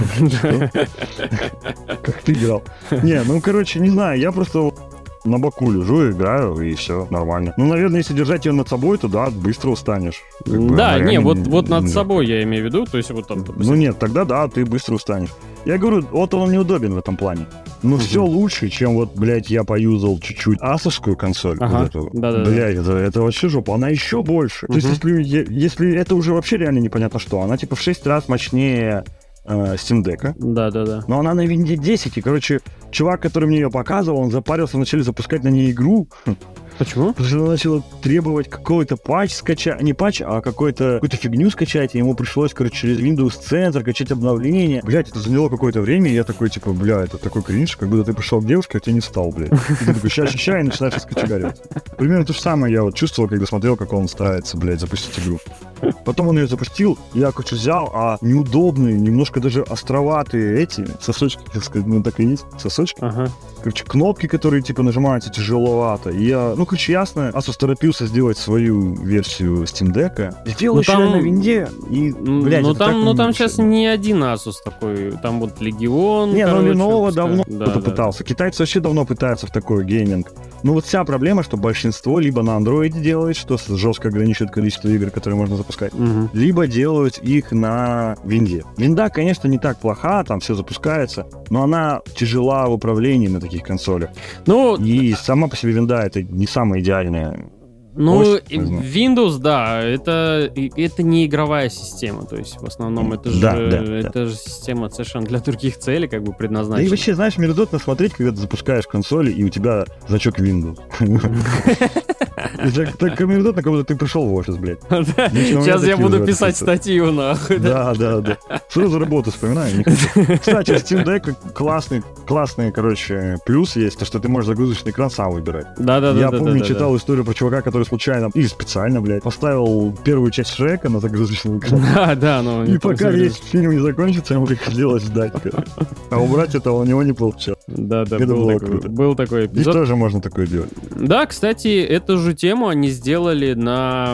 Как ты играл? Не, ну, короче, не знаю, я просто... на боку лежу, играю, и все, нормально. Ну, наверное, если держать ее над собой, то да, быстро устанешь.
Как бы, да, не, вот, не, вот над не, собой я имею в виду, то есть вот там...
Ну нет, тогда да, ты быстро устанешь. Я говорю, вот он неудобен в этом плане. Но угу. все лучше, чем вот, блядь, я поюзал чуть-чуть асовскую консоль.
Ага.
Вот эту.
Да, да,
блядь, это, это вообще жопа, она еще больше. Угу. То есть если, если это уже вообще реально непонятно что, она типа в шесть раз мощнее Steam Deck.
Да, да, да.
Но она на винде десять, и, короче, чувак, который мне ее показывал, он запарился вначале запускать на ней игру.
Почему?
Потому что она начала требовать какой-то патч скачать, не патч, а какой-то, какую-то фигню скачать, и ему пришлось, короче, через Windows Center качать обновление. Блять, это заняло какое-то время, и я такой, типа, бля, это такой кринж, как будто ты пришел к девушке, а тебя не стал, блядь. И ты такой, ща, ща, и начинаешь раскочегаривать. Примерно то же самое я вот чувствовал, когда смотрел, как он старается, блядь, запустить игру. Потом он ее запустил, я, короче, взял, а неудобные, немножко даже островатые эти сосочки, так сказать, ну так и есть, сосочки.
Ага.
Короче, кнопки, которые, типа, нажимаются тяжеловато. И я, ну, короче, ясно, Asus торопился сделать свою версию Steam Deck. Сделал еще там... на винде. И, блядь,
ну, там, ну, там
вообще...
сейчас не один Asus такой. Там вот Legion.
Не,
короче,
ну, Lenovo давно
да,
кто-то
да.
пытался. Китайцы вообще давно пытаются в такой гейминг. Ну, вот вся проблема, что большинство либо на Android делает, что жестко ограничивает количество игр, которые можно запускать, угу. либо делают их на винде. Винда, конечно, не так плоха, там все запускается, но она тяжела в управлении на таких консолях. Ну, и сама по себе винда это не самая идеальная.
Ну, ось, Windows, да, это, это не игровая система, то есть в основном это же,
да, да,
это
да.
же система совершенно для других целей, как бы предназначена.
Да и вообще, знаешь, мерзотно смотреть, когда ты запускаешь консоли, и у тебя значок Windows. Так мерзотно, как будто ты пришел в офис, блядь.
Сейчас я буду писать статью, нахуй.
Да, да, да. Сразу работу вспоминаю. Кстати, Steam Deck классный, классный, короче, плюс есть, то, что ты можешь загрузочный экран сам выбирать.
Да, да, да.
Я помню, читал историю про чувака, который случайно или специально, блядь, поставил первую часть Шрека на загрузочный экран.
Да, да, но...
И пока весь фильм не закончится, ему приходилось ждать. А убрать этого у него не получилось.
Да, да,
Это
был
было
такой,
круто.
был такой
И
эпизод.
тоже можно такое делать.
Да, кстати, эту же тему они сделали на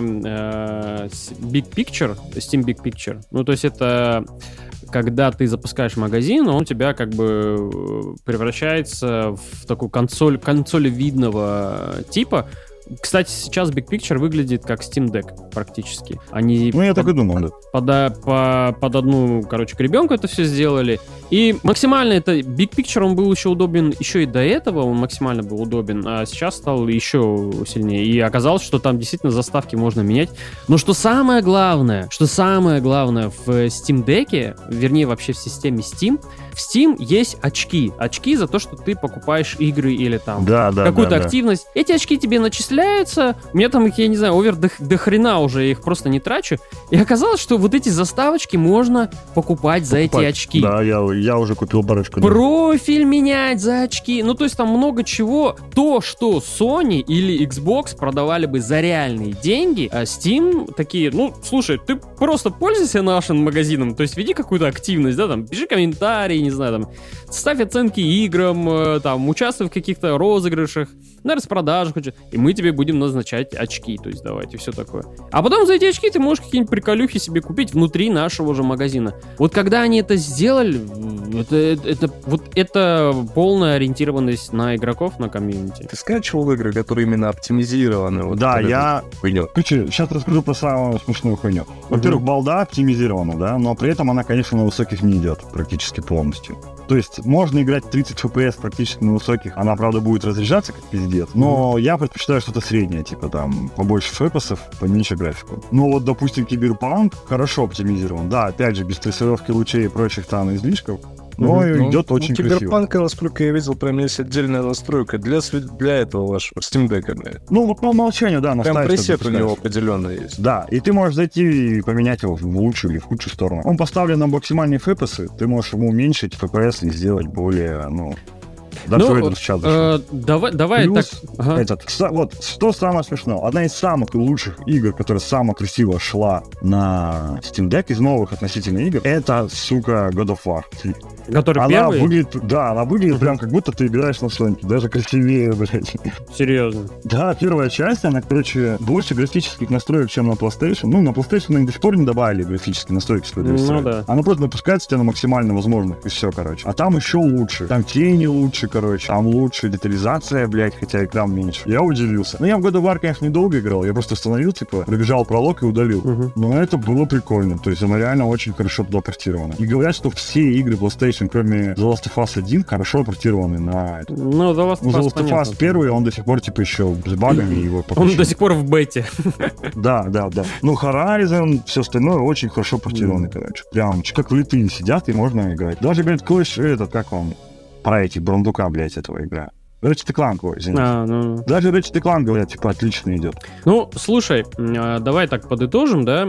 э, с- Big Picture, Steam Big Picture. Ну, то есть это когда ты запускаешь магазин, он у тебя как бы э, превращается в такую консоль, консолевидного типа. Кстати, сейчас Big Picture выглядит как Steam Deck практически. Они
Ну, я
под,
так и думал, да.
под, по- под одну, короче, гребенку это все сделали. И максимально это Big Picture, он был еще удобен еще и до этого, он максимально был удобен, а сейчас стал еще сильнее. И оказалось, что там действительно заставки можно менять. Но что самое главное, что самое главное в Steam Deck, вернее вообще в системе Steam, в Steam есть очки. Очки за то, что ты покупаешь игры или там
Да, да,
какую-то
да, да.
активность. Эти очки тебе начисляются. У меня там их, я не знаю, овер до, до хрена уже, я их просто не трачу. И оказалось, что вот эти заставочки можно покупать за эти
Покупать.
очки.
Да, я, я уже купил парочку. да.
Профиль менять за очки. Ну, то есть там много чего. То, что Sony или Xbox продавали бы за реальные деньги, а Steam такие, ну, слушай, ты просто пользуйся нашим магазином, то есть веди какую-то активность, да, там, пиши комментарии, не знаю, там, ставь оценки играм, э, там, участвуй в каких-то розыгрышах, на распродажах, и мы тебе будем назначать очки, то есть давайте, все такое. А потом за эти очки ты можешь какие-нибудь приколюхи себе купить внутри нашего же магазина. Вот когда они это сделали, это, это, это- вот это полная ориентированность на игроков, на комьюнити.
Ты скачивал игры, которые именно оптимизированы? Вот
Да,
под эту
я...
хуйню?
Короче, сейчас расскажу про самую смешную хуйню. Во-первых, балда оптимизирована, да, но при этом она, конечно, на высоких не идет практически полностью. То есть можно играть тридцать эф пи эс практически на высоких, она, правда, будет разряжаться как пиздец, но я предпочитаю что-то среднее, типа там побольше фэпосов, поменьше графику. Ну вот, допустим, Киберпанк хорошо оптимизирован, да, опять же, без трассировки лучей и прочих там излишков, но
Ну,
идет
у
очень красиво.
Киберпанка, насколько я видел, прям есть отдельная настройка для, све- для этого вашего Steam Deck, блядь.
Ну вот по умолчанию, да,
Прям
наставить, что
пресет у
запускаешь.
него определенный есть.
Да, и ты можешь зайти и поменять его в лучшую или в худшую сторону. Он поставлен на максимальные фэпосы, ты можешь ему уменьшить эф пи эс и сделать более, ну... Дарт
Ну,
Вейдер в чат зашел.
э, давай, давай
Плюс
так. Ага.
Этот, са- вот, что самое смешное, одна из самых лучших игр, которая самая красиво шла на Steam Deck из новых относительно игр, это, сука, God of War.
Который
Она
первый?
выглядит, да, она выглядит прям как будто ты играешь на Соньке, даже красивее, блядь.
Серьезно.
Да, первая часть, она, короче, больше графических настроек, чем на PlayStation. Ну, на PlayStation они до сих пор не добавили графические настройки, что
Ну да.
Она просто напускается тебя на максимально возможных, и все, короче. А там еще лучше. Там тени лучше, короче. Там лучше детализация, блядь, хотя экран меньше. Я удивился. Ну, я в God of War, конечно, недолго играл. Я просто остановил, типа, пробежал пролог и удалил.
Мгм.
Но это было прикольно. То есть она реально очень хорошо туда портирована. И говорят, что все игры PlayStation, кроме The Last of Us один, хорошо портированы на это.
Ну, The Last
Ну,
of
The
Us,
Last of Us
понятно.
первый, он до сих пор, типа, еще с багами его пока
Он
еще
до сих пор в бете.
Да, да, да. Ну, Horizon, все остальное очень хорошо портированы, короче. Прям ч- как влитые сидят, и можно играть. Даже, блядь, Clash, этот, как вам, про эти Брундука, блядь, этого игра. Ratchet и Clank, ой, извините.
А, ну.
Даже Ratchet и Clank, говорят, типа, отлично идет.
Ну, слушай, э, давай так подытожим, да.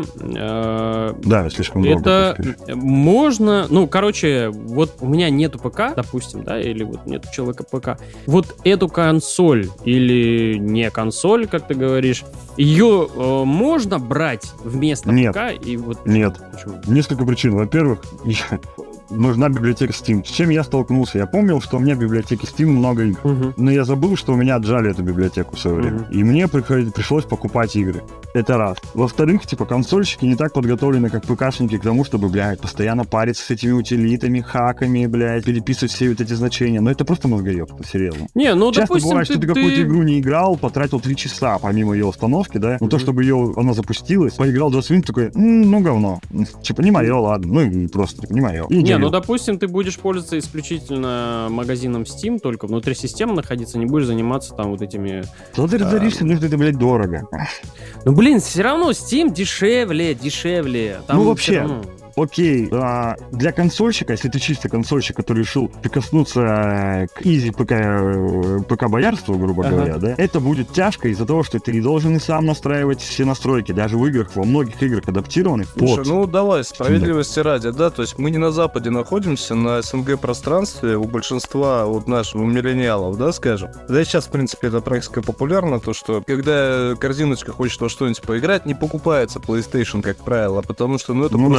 Э,
Да, слишком долго.
Это
поспишь.
можно, ну, короче, вот у меня нету ПК, допустим, да, или вот нет у человека ПК. Вот эту консоль или не консоль, как ты говоришь, ее э, можно брать вместо
Нет.
ПК и вот.
Нет.
Почему?
Несколько причин. Во-первых, я- нужна библиотека Steam. С чем я столкнулся? Я помнил, что у меня в библиотеке Steam много игр.
Мгм.
Но я забыл, что у меня отжали эту библиотеку в свое время.
Мгм.
И мне приход- пришлось покупать игры. Это раз. Во-вторых, типа, консольщики не так подготовлены, как ПКшники, к тому, чтобы, блядь, постоянно париться с этими утилитами, хаками, блядь, переписывать все вот эти значения. Но это просто мозгоебство, серьезно.
Не, ну,
Часто
допустим,
бывает,
ты,
что ты
ты-
какую-то игру не играл, потратил три часа, помимо ее установки, да? Но то,
Мгм.
чтобы ее, она запустилась, поиграл двадцать минут, такой, «М, ну, говно. Типа, не мое, ладно. Ну, и просто, типа, не мое. И
Не,
удалил.
ну, допустим, ты будешь пользоваться исключительно магазином Steam, только внутри системы находиться, не будешь заниматься там вот этими...
Что ты разоришься, нужно это, блядь, дорого.
Ну, блин, все равно Steam дешевле, дешевле. Там
Ну, вообще,
всё равно.
Окей, а, для консольщика, если ты чисто консольщик, который решил прикоснуться э, к изи ПК, э, ПК-боярству, грубо
Ага.
говоря, да, это будет тяжко из-за того, что ты не должен и сам настраивать все настройки, даже в играх, во многих играх адаптированы
Слушай,
под...
ну давай, справедливости ради, да, то есть мы не на Западе находимся, на СНГ пространстве, у большинства вот наших миллениалов, да, скажем. Да и сейчас, в принципе, эта практика популярна, то, что когда корзиночка хочет во что-нибудь поиграть, не покупается PlayStation, как правило, потому что, ну, это
Ну
просто
да, да,
хуйня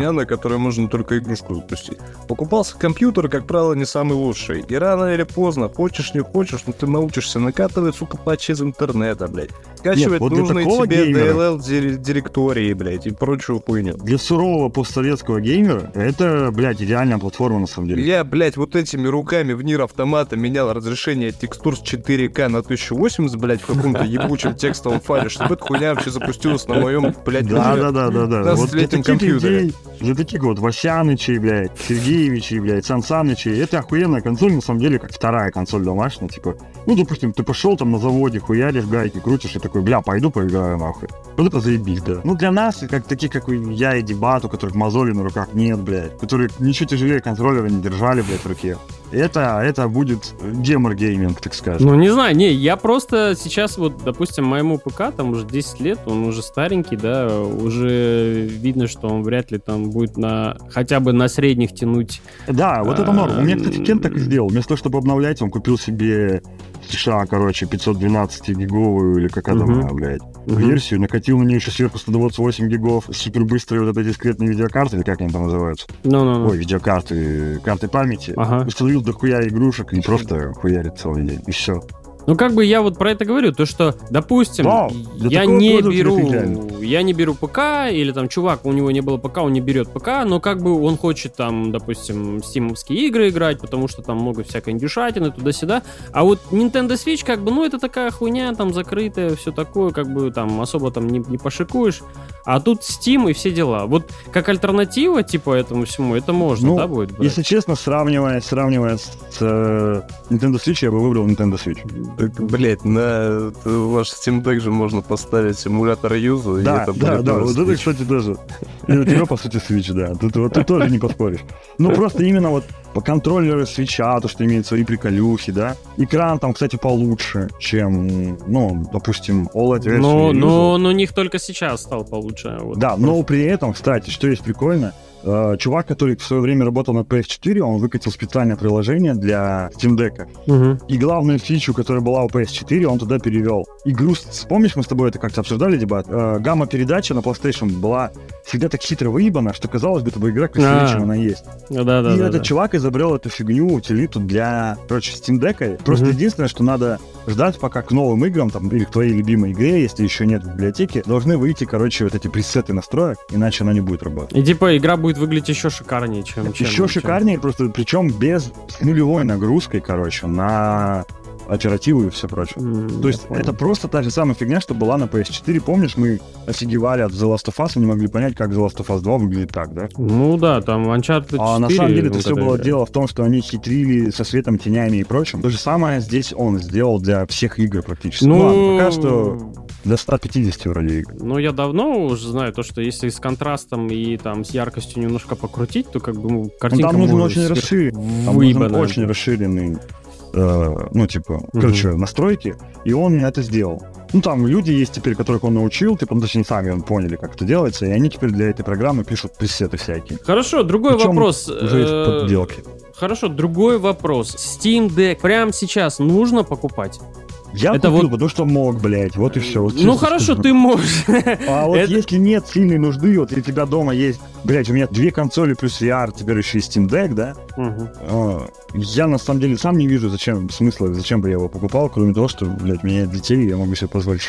хуйня, на которой можно только игрушку запустить. Покупался компьютер, как правило, не самый лучший. И рано или поздно, хочешь не хочешь, но ты научишься накатывать, сука, патчи из интернета, блядь. Скачивать
вот
нужные тебе
геймера,
ди эл эл-директории, блядь, и прочую хуйню.
Для сурового постсоветского геймера это, блядь, идеальная платформа, на самом деле.
Я, блядь, вот этими руками в Нир Автомата менял разрешение текстур с четыре ка на тысяча восемьдесят, блядь, в каком-то ебучем текстовом файле, чтобы эта хуйня вообще запустилась на моем, блядь,
да-да-да-да-да.
пятнадцатилетнем компьютере.
Для таких вот Васянычей, блядь, Сергеевичей, блядь, Сан Санычей, это охуенная консоль, на самом деле, как вторая консоль домашняя, типа, ну, допустим, ты пошел там на заводе, хуяришь, гайки крутишь, и такой, бля, пойду поиграю, нахуй. Вот это заебись, да. Ну, для нас, как таких, как я и Дебат, у которых мозолей на руках нет, блядь, которые ничего тяжелее контроллера не держали, блядь, в руке. Это, это будет геймер-гейминг, так скажем.
Ну, не знаю, не, я просто сейчас вот, допустим, моему ПК, там уже десять лет, он уже старенький, да, уже видно, что он вряд ли там будет на, хотя бы на средних тянуть.
Да, вот это норм. У меня, кстати, Кен так и сделал. Вместо того, чтобы обновлять, он купил себе США, короче, пятьсот двенадцать гиговую или какая там, uh-huh. блядь, uh-huh. версию, накатил на нее еще сверху сто двадцать восемь гигов, супербыстрые вот эти дискретные видеокарты, или как они там называются?
No, no, no.
Ой, видеокарты, карты памяти.
Uh-huh.
Установил дохуя игрушек и просто хуярит целый день, и все.
Ну, как бы я вот про это говорю, то, что, допустим,
да,
я не беру, я не беру ПК, или там, чувак, у него не было ПК, он не берет ПК, но как бы он хочет там, допустим, стимовские игры играть, потому что там много всякой индюшатины, туда-сюда, а вот Nintendo Switch, как бы, ну, это такая хуйня, там, закрытая, все такое, как бы, там, особо там не, не пошикуешь, а тут Steam и все дела. Вот как альтернатива, типа, этому всему, это можно, ну, да, будет брать?
Если честно, сравнивая, сравнивая с э, Nintendo Switch, я бы выбрал Nintendo Switch.
Так, блять, на ваш Steam Deck же можно поставить эмулятор юза,
да,
и это
да,
будет...
Да, вот это, кстати, даже... И у тебя, по сути, Switch, да. Тут, вот, ты тоже не поспоришь. Ну, просто именно вот по контроллеру Switch'а, то, что имеет свои приколюхи, да. Экран там, кстати, получше, чем, ну, допустим, о лед версию.
Ну, но, но у них только сейчас стал получше. Вот.
Да, но при этом, кстати, что есть прикольно, Uh, чувак, который в свое время работал на пи эс четыре, он выкатил специальное приложение для Steam Deck.
Uh-huh.
И главную фичу, которая была у пи эс четыре, он туда перевел. Игру, помнишь, мы с тобой это как-то обсуждали, дебат? Uh, гамма-передача на PlayStation была всегда так хитро выебана, что казалось бы, это игра красивее, чем она есть.
Да, да,
и
да,
этот
да.
чувак изобрел эту фигню, утилиту для, короче, Steam Deck. Просто uh-huh. единственное, что надо ждать, пока к новым играм, там, или к твоей любимой игре, если еще нет в библиотеке, должны выйти, короче, вот эти пресеты настроек, иначе она не будет работать.
И типа игра будет выглядеть еще шикарнее, чем... чем
еще
чем...
шикарнее, просто причем без нулевой нагрузкой, короче, на оперативу и все прочее.
Mm,
То есть понял. Это просто та же самая фигня, что была на пи эс четыре. Помнишь, мы офигевали от The Last of Us и не могли понять, как The Last of Us два выглядит так, да?
Ну да, там Uncharted четыре...
А на самом деле это
вот
все
это
было
игра.
дело в том, что они хитрили со светом, тенями и прочим. То же самое здесь он сделал для всех игр практически.
Ну,
ну ладно, пока что для ста пятидесяти вроде игр.
Ну, я давно уже знаю то, что если с контрастом и там с яркостью немножко покрутить, то как бы ну, картинка
ну, там нужен
может
очень
сверх...
расширенный, там
выебанная.
нужен очень расширенный э, ну, типа, uh-huh. короче, настройки, и он это сделал. Ну, там люди есть теперь, которых он научил, типа, ну, точнее, сами он поняли, как это делается, и они теперь для этой программы пишут пресеты всякие.
Хорошо, другой
Причем
вопрос.
Уже есть подделки.
Хорошо, другой вопрос. Steam Deck прямо сейчас нужно покупать?
Я
это
купил,
вот...
потому что мог, блядь, вот и все. Вот
ну хорошо, ты можешь.
А вот
это...
если нет сильной нужды, вот и у тебя дома есть, блядь, у меня две консоли плюс ви ар, теперь еще и Steam Deck, да?
Угу.
Я на самом деле сам не вижу, зачем смысла, зачем бы я его покупал, кроме того, что, блядь, у меня нет детей, я могу себе позволить.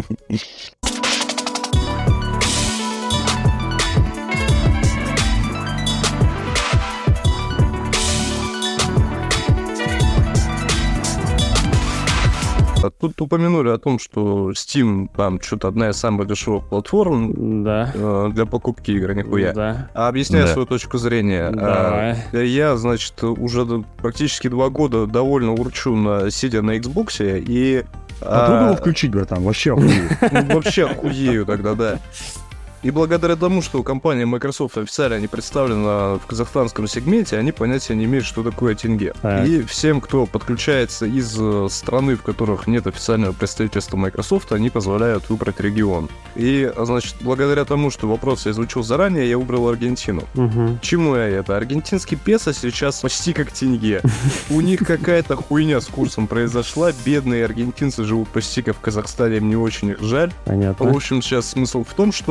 Тут упомянули о том, что Steam там что-то одна из самых дешевых платформ
да.
э, для покупки игр, нихуя.
Да.
А объясняю
да.
свою точку зрения.
Давай.
А, я, значит, уже практически два года довольно урчу, на, сидя на Xbox, и...
Попробуй а... его включить, братан, вообще охуею.
Ну, вообще охуею тогда, да. И благодаря тому, что компания Microsoft официально не представлена в казахстанском сегменте, они понятия не имеют, что такое тенге.
Так.
И всем, кто подключается из страны, в которых нет официального представительства Microsoft, они позволяют выбрать регион. И, значит, благодаря тому, что вопрос я изучил заранее, я выбрал Аргентину.
Угу.
Чему я это? Аргентинский песо сейчас почти как тенге. У них какая-то хуйня с курсом произошла. Бедные аргентинцы живут почти как в Казахстане, мне очень их жаль.
Понятно.
В общем, сейчас смысл в том, что по курсу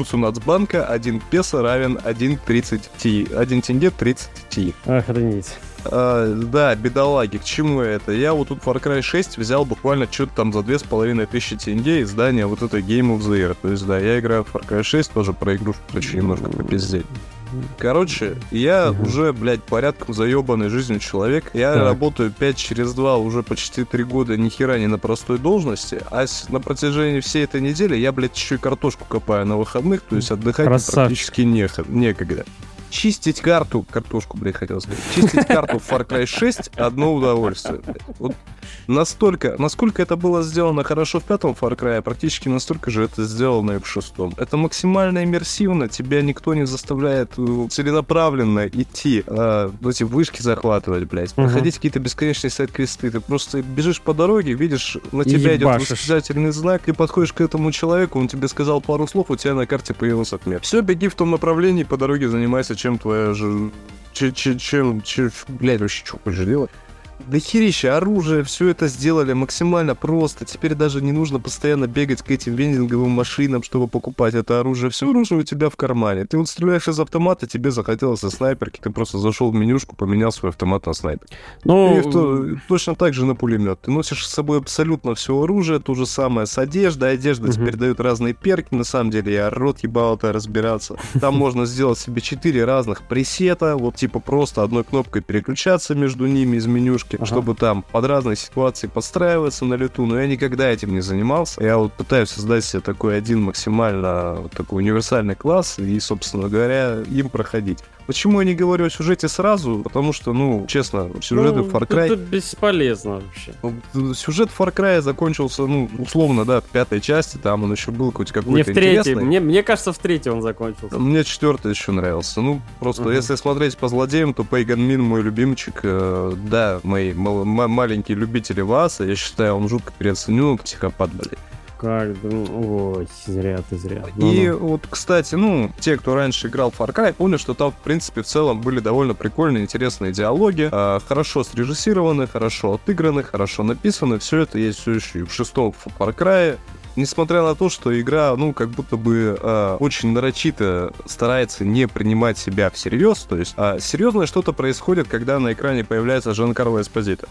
курсу Нацбанка один песо равен один тридцать ти. один тенге тридцать ти.
Охренеть.
А, да, бедолаги, к чему это? Я вот тут Far Cry шесть взял буквально что-то там за две с половиной тысячи тенге издания вот этой Game of the Year. То есть, да, я играю в Far Cry шесть, тоже про игрушку хочу немножко попиздеть. Короче, я угу. уже, блядь, порядком заебанный жизнью человек. Я так. работаю пять через два уже почти три года, ни хера не на простой должности. А с, на протяжении всей этой недели я, блядь, еще и картошку копаю на выходных. То есть отдыхать практически нех- некогда. Чистить карту, картошку, блядь, хотел сказать, чистить карту в Far Cry шесть одно удовольствие, блядь. Вот настолько, насколько это было сделано хорошо в пятом Far Cry, практически настолько же это сделано и в шестом. Это максимально иммерсивно, тебя никто не заставляет целенаправленно идти, э, эти вышки захватывать, блядь, uh-huh. проходить какие-то бесконечные сайд-квесты. Ты просто бежишь по дороге, видишь, на тебя идет восклицательный знак, ты подходишь к этому человеку, он тебе сказал пару слов, у тебя на карте появился отмет. Все, беги в том направлении, по дороге занимайся чем твоя же... Чем, чем, чем, блядь, вообще, что хочешь делать? Да херища, оружие, все это сделали максимально просто. Теперь даже не нужно постоянно бегать к этим вендинговым машинам, чтобы покупать это оружие. Все оружие у тебя в кармане. Ты вот стреляешь из автомата, тебе захотелось со снайперки, ты просто зашел в менюшку, поменял свой автомат на снайпер. Но... И то, точно так же на пулемет. Ты носишь с собой абсолютно все оружие, то же самое с одеждой. Одежда угу. теперь дает разные перки. На самом деле я рот ебал это разбираться. Там можно сделать себе четыре разных пресета, вот типа просто одной кнопкой переключаться между ними из менюшки. Ага. Чтобы там под разные ситуации подстраиваться на лету, но я никогда этим не занимался. Я вот пытаюсь создать себе такой один максимально вот такой универсальный класс и, собственно говоря, им проходить. Почему я не говорю о сюжете сразу? Потому что, ну, честно, сюжет ну, Far Cry...
Это бесполезно вообще.
Сюжет Far Cry закончился, ну, условно, да, в пятой части, там он еще был хоть какой-то
не в третьей.
интересный.
Мне, мне кажется, в третьей он закончился.
Мне четвертый еще нравился. Ну, просто, uh-huh. если смотреть по злодеям, то Пейган Мин мой любимчик. Э, да, мои м- м- маленькие любители Васа, я считаю, он жутко переоценен, психопат, блядь.
Как? Ой, зря ты, зря.
И ну, ну. вот, кстати, ну, те, кто раньше играл в Far Cry, поняли, что там, в принципе, в целом были довольно прикольные, интересные диалоги, э, хорошо срежиссированы, хорошо отыграны, хорошо написаны. Все это есть все еще и в шестом Far Cry. Несмотря на то, что игра, ну, как будто бы э, очень нарочито старается не принимать себя всерьез, то есть э, серьезное что-то происходит, когда на экране появляется Джанкарло Эспозито.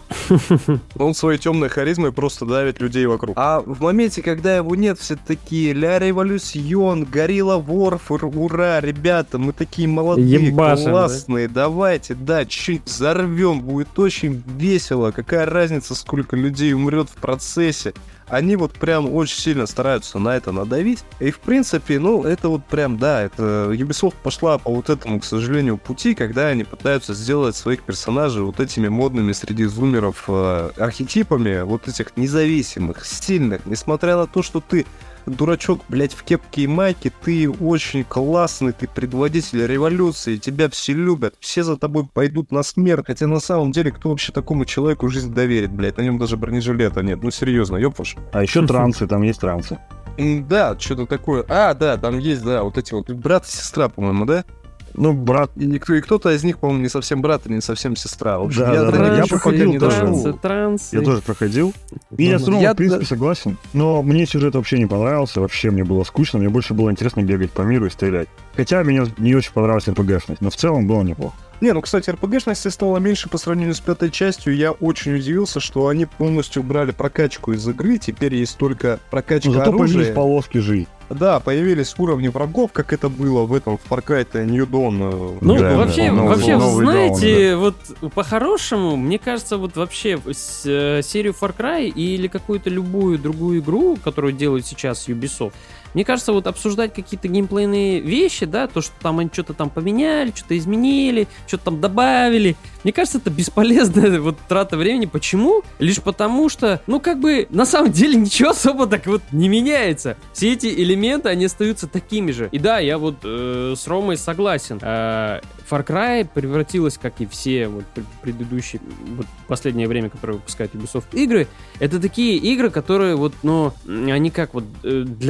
Он своей темной харизмой просто давит людей вокруг. А в моменте, когда его нет, все такие «Ля революцион», «Горилла Ворфор», «Ура, ребята, мы такие молодые, Ебашим, классные, да? Давайте, да, чуть взорвем, будет очень весело, какая разница, сколько людей умрет в процессе». Они вот прям очень сильно стараются на это надавить. И, в принципе, ну, это вот прям, да, это Ubisoft пошла по вот этому, к сожалению, пути, когда они пытаются сделать своих персонажей вот этими модными среди зумеров э, архетипами, вот этих независимых, сильных, несмотря на то, что ты дурачок, блядь, в кепке и майке, ты очень классный, ты предводитель революции, тебя все любят, все за тобой пойдут на смерть, хотя на самом деле, кто вообще такому человеку жизнь доверит, блядь, на нем даже бронежилета нет, ну серьезно, ёпаш.
А еще трансы, там есть трансы.
Да, что-то такое, а, да, там есть, да, вот эти вот брат и сестра, по-моему, да?
Ну, брат...
И, никто, и кто-то из них, по-моему, не совсем брат и не совсем сестра. В общем,
да,
я,
да,
да,
я,
я
проходил
не
тоже.
Трансы.
Я тоже проходил. И я с Ромой, в принципе, согласен. Но мне сюжет вообще не понравился. Вообще мне было скучно. Мне больше было интересно бегать по миру и стрелять. Хотя мне не очень понравилась эр пи джшность. Но в целом было неплохо.
Не, ну, кстати, эр пи джшности стало меньше по сравнению с пятой частью. Я очень удивился, что они полностью убрали прокачку из игры. Теперь есть только прокачка
ну, зато
оружия.
Зато появились полоски жизни.
Да, появились уровни врагов, как это было в этом в Far Cry New Dawn.
Ну,
да,
вообще,
да,
вообще
новый,
знаете,
новый Dawn, да.
вот по-хорошему, мне кажется, вот вообще с, э, серию Far Cry или какую-то любую другую игру, которую делают сейчас Ubisoft, мне кажется, вот обсуждать какие-то геймплейные вещи, да, то, что там они что-то там поменяли, что-то изменили, что-то там добавили, мне кажется, это бесполезная вот трата времени. Почему? Лишь потому, что, ну, как бы, на самом деле ничего особо так вот не меняется. Все эти элементы, они остаются такими же. И да, я вот э, с Ромой согласен. Э, Far Cry превратилась, как и все вот предыдущие, вот последнее время, которые выпускают Ubisoft игры, это такие игры, которые вот, ну, они как вот э, для релакса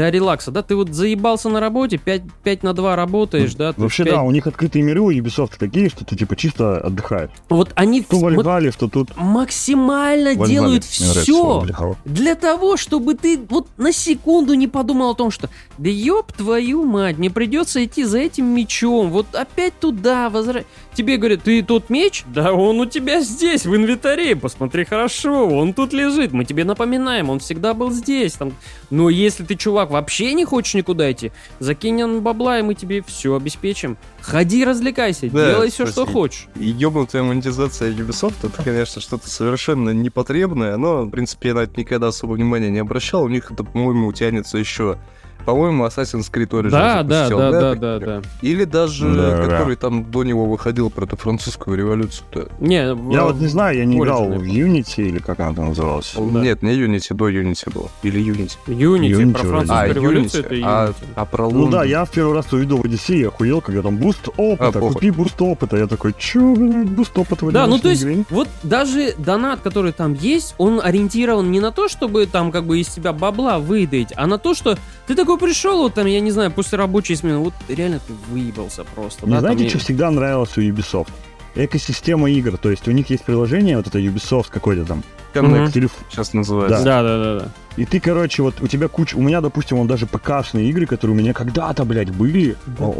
заебался, да? Ты вот заебался на работе, пять на два работаешь, да?
Вообще,
пять...
да, у них открытые миры у Ubisoft такие, что ты, типа, чисто отдыхаешь.
Вот они...
Что в Вальгале,
вот
что тут...
максимально
Вальгале.
делают все
Нравится,
для того, чтобы ты вот на секунду не подумал о том, что да ёб твою мать, мне придется идти за этим мечом, вот опять туда возвращаться. Тебе говорят, ты тот меч? Да он у тебя здесь, в инвентаре, посмотри хорошо, он тут лежит, мы тебе напоминаем, он всегда был здесь. Там. Но если ты, чувак, вообще не хочешь никуда идти, закинь нам бабла, и мы тебе все обеспечим. Ходи, развлекайся, да, делай все, что хочешь.
И ёбнутая монетизация Ubisoft, это, конечно, что-то совершенно непотребное, но, в принципе, я на это никогда особо внимания не обращал, у них это, по-моему, тянется еще... По-моему, Assassin's Creed Origins
да,
запустил,
да,
да,
да, да, да, да.
Или даже,
да,
который
да.
там до него выходил про французскую революцию-то.
Не,
я
в...
вот не знаю, я не
Origin,
играл
я
в Unity, или как она там называлась.
Да. Нет, не Unity, до Unity было. Или Unity.
Unity,
Unity
про
вроде.
французскую
А,
революцию,
Unity.
это Unity.
А, а про
Ну
Лондон...
да, я в первый раз увидел в Одиссее, охуел, когда там буст опыта,
А,
купи буст опыта. Я такой, чё, блядь, буст опыта в
Да, ну то есть,
игре?
вот даже донат, который там есть, он ориентирован не на то, чтобы там как бы из тебя бабла выдать, а на то, что ты такой пришел, вот там, я не знаю, после рабочей смены, вот реально ты выебался просто.
Не
да,
знаете,
там
что
и...
всегда нравилось у Ubisoft? Экосистема игр, то есть у них есть приложение, вот это Ubisoft какой-то там,
Connect
Мгм.
телефон.
сейчас называется.
Да, да, да, да.
И ты, короче, вот у тебя куча... У меня, допустим, он даже ПК-шные игры, которые у меня когда-то, блядь, были,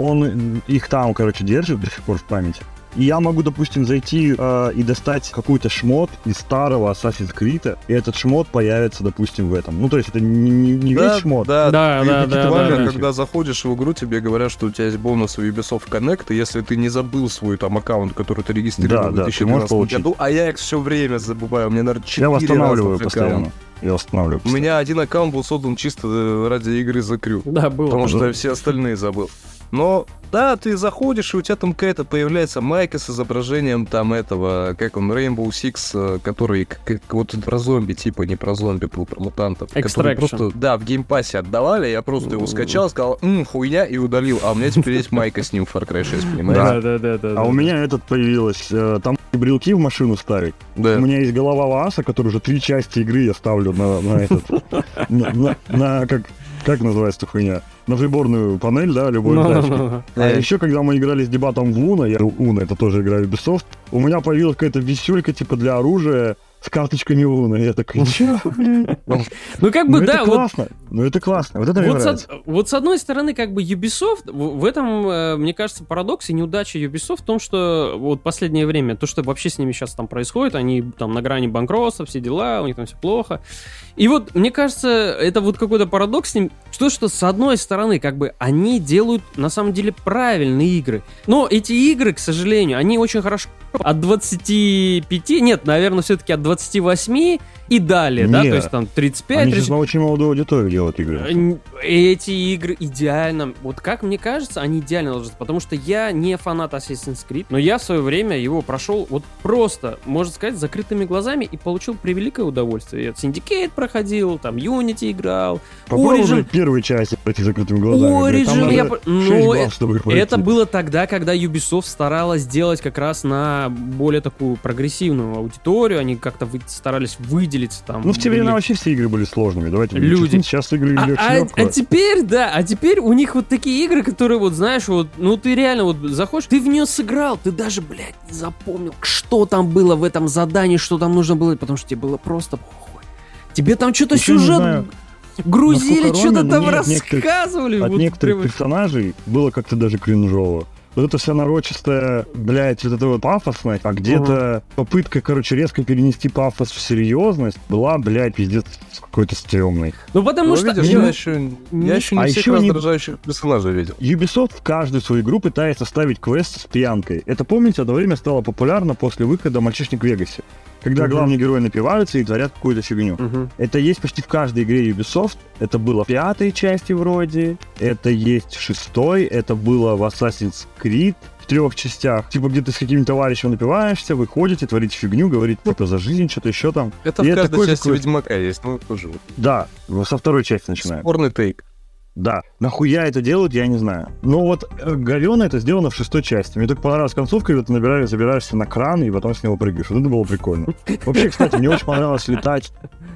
он их там, короче, держит до сих пор в памяти. И я могу, допустим, зайти э, и достать какой-то шмот из старого Assassin's Creed, и этот шмот появится, допустим, в этом. Ну, то есть это не, не, не
Да,
весь шмот.
да,
Да,
и
да,
какие-то
да,
важно,
да.
когда заходишь в игру, тебе говорят, что у тебя есть бонус у Ubisoft Connect, и если ты не забыл свой там аккаунт, который ты регистрировал
Да,
в
да,
две тысячи
ты можешь
двенадцатом
получить.
году, а я их все время забываю, у меня, наверное, четыре
Я восстанавливаю
разных
постоянно.
аккаунта.
Я восстанавливаю
У
постоянно.
меня один аккаунт был создан чисто э, ради игры The Crew,
Да, было.
потому что
Да.
я все остальные забыл. Но, да, ты заходишь, и у тебя там какая-то появляется майка с изображением там этого, как он, Rainbow Six, э, который как, как вот про зомби, типа, не про зомби был, про мутантов. Которые
Extraction.
просто, да, в геймпассе отдавали, я просто его скачал, сказал, ммм, хуйня, и удалил. А у меня теперь есть майка с ним в Far Cry шесть, понимаешь?
Да, да, да, да.
А у меня этот появилось, э, там брелки в машину ставить.
Да.
У меня есть голова Вааса, который уже три части игры я ставлю на, на этот, на, на- на- как, как называется эта хуйня? На приборную панель, да, любой
Ну,
тачки.
ну, ну.
А еще, когда мы играли с дебатом в Уна, я Уна, это тоже игра Ubisoft, у меня появилась какая-то висюлька, типа, для оружия с карточками Уна. Я такой, чё, блядь?
Ну, как бы,
Ну,
да,
это
вот
классно. Ну, это классно. Вот это мне
Вот с,
нравится.
од- вот с одной стороны, как бы Ubisoft, в, в этом, э, мне кажется, парадокс и неудача Ubisoft в том, что вот последнее время, то, что вообще с ними сейчас там происходит, они там на грани банкротства, все дела, у них там все плохо. И вот, мне кажется, это вот какой-то парадокс с ним, что, что с одной стороны, как бы, они делают, на самом деле, правильные игры. Но эти игры, к сожалению, они очень хорошо от двадцати пяти, нет, наверное, все-таки от двадцати восьми и далее, да,
Не.
то есть там тридцать пять,
Они
тридцать.
сейчас на очень молодую аудиторию делают игры.
Н- Эти игры идеально, вот как мне кажется, они идеально ложатся, потому что я не фанат Assassin's Creed, но я в свое время его прошел вот просто, можно сказать, с закрытыми глазами и получил превеликое удовольствие. Я Syndicate проходил, там Unity играл,
Попробуй
Origin,
первые части пройти закрытыми глазами. блядь. Там
Origin,
надо
я... по-
шесть
ну,
глаз, чтобы их пройти.
это было тогда, когда Ubisoft старалась сделать как раз на более такую прогрессивную аудиторию, они как-то вы- старались выделиться там.
Ну, в те
были-
времена вообще все игры были сложными. Давайте не
Люди.
честны, сейчас игры
А,
легче
а-
легкого.
а теперь, да, а теперь у них вот такие игры, которые вот, знаешь, вот, ну ты реально вот заходишь, ты в нее сыграл, ты даже, блядь, не запомнил, что там было в этом задании, что там нужно было, потому что тебе было просто похуй. Тебе там что-то
Еще не
сюжет
знаю,
грузили,
насколько
что-то
Ромин,
там
мне от некоторых-
рассказывали.
От
вот
некоторых
прям-
персонажей было как-то даже кринжово. Вот это вся нарочистая, блядь, вот это вот пафосность, а где-то попытка, короче, резко перенести пафос в серьезность была, блядь, пиздец какой-то стрёмной.
Ну потому
Ну,
что...
видишь,
Ну,
я еще,
не-
я еще не
А
всех
еще не-
раздражающих персонажей видел.
Ubisoft в каждую свою игру пытается ставить квест с пьянкой. Это, помните, одно время стало популярно после выхода «Мальчишник в Вегасе», когда
Мгм.
главные герои напиваются и творят какую-то фигню.
Мгм.
Это есть почти в каждой игре Ubisoft. Это было в пятой части вроде, это есть в шестой, это было в Assassin's Creed в трех частях. Типа, где ты с каким-то товарищем напиваешься, выходите, творите фигню, говорите, что за жизнь, что-то еще там.
Это
И
в
это
каждой
такой
части
какой-
Ведьмака есть, ну тоже вот.
Да, со второй части начинаем.
Спорный тейк.
Да. Нахуя это делают, я не знаю. Но вот э, говёно это сделано в шестой части. Мне только понравилась концовка, когда ты набираешь, забираешься на кран и потом с него прыгаешь. Вот это было прикольно. Вообще, кстати, мне очень понравилось летать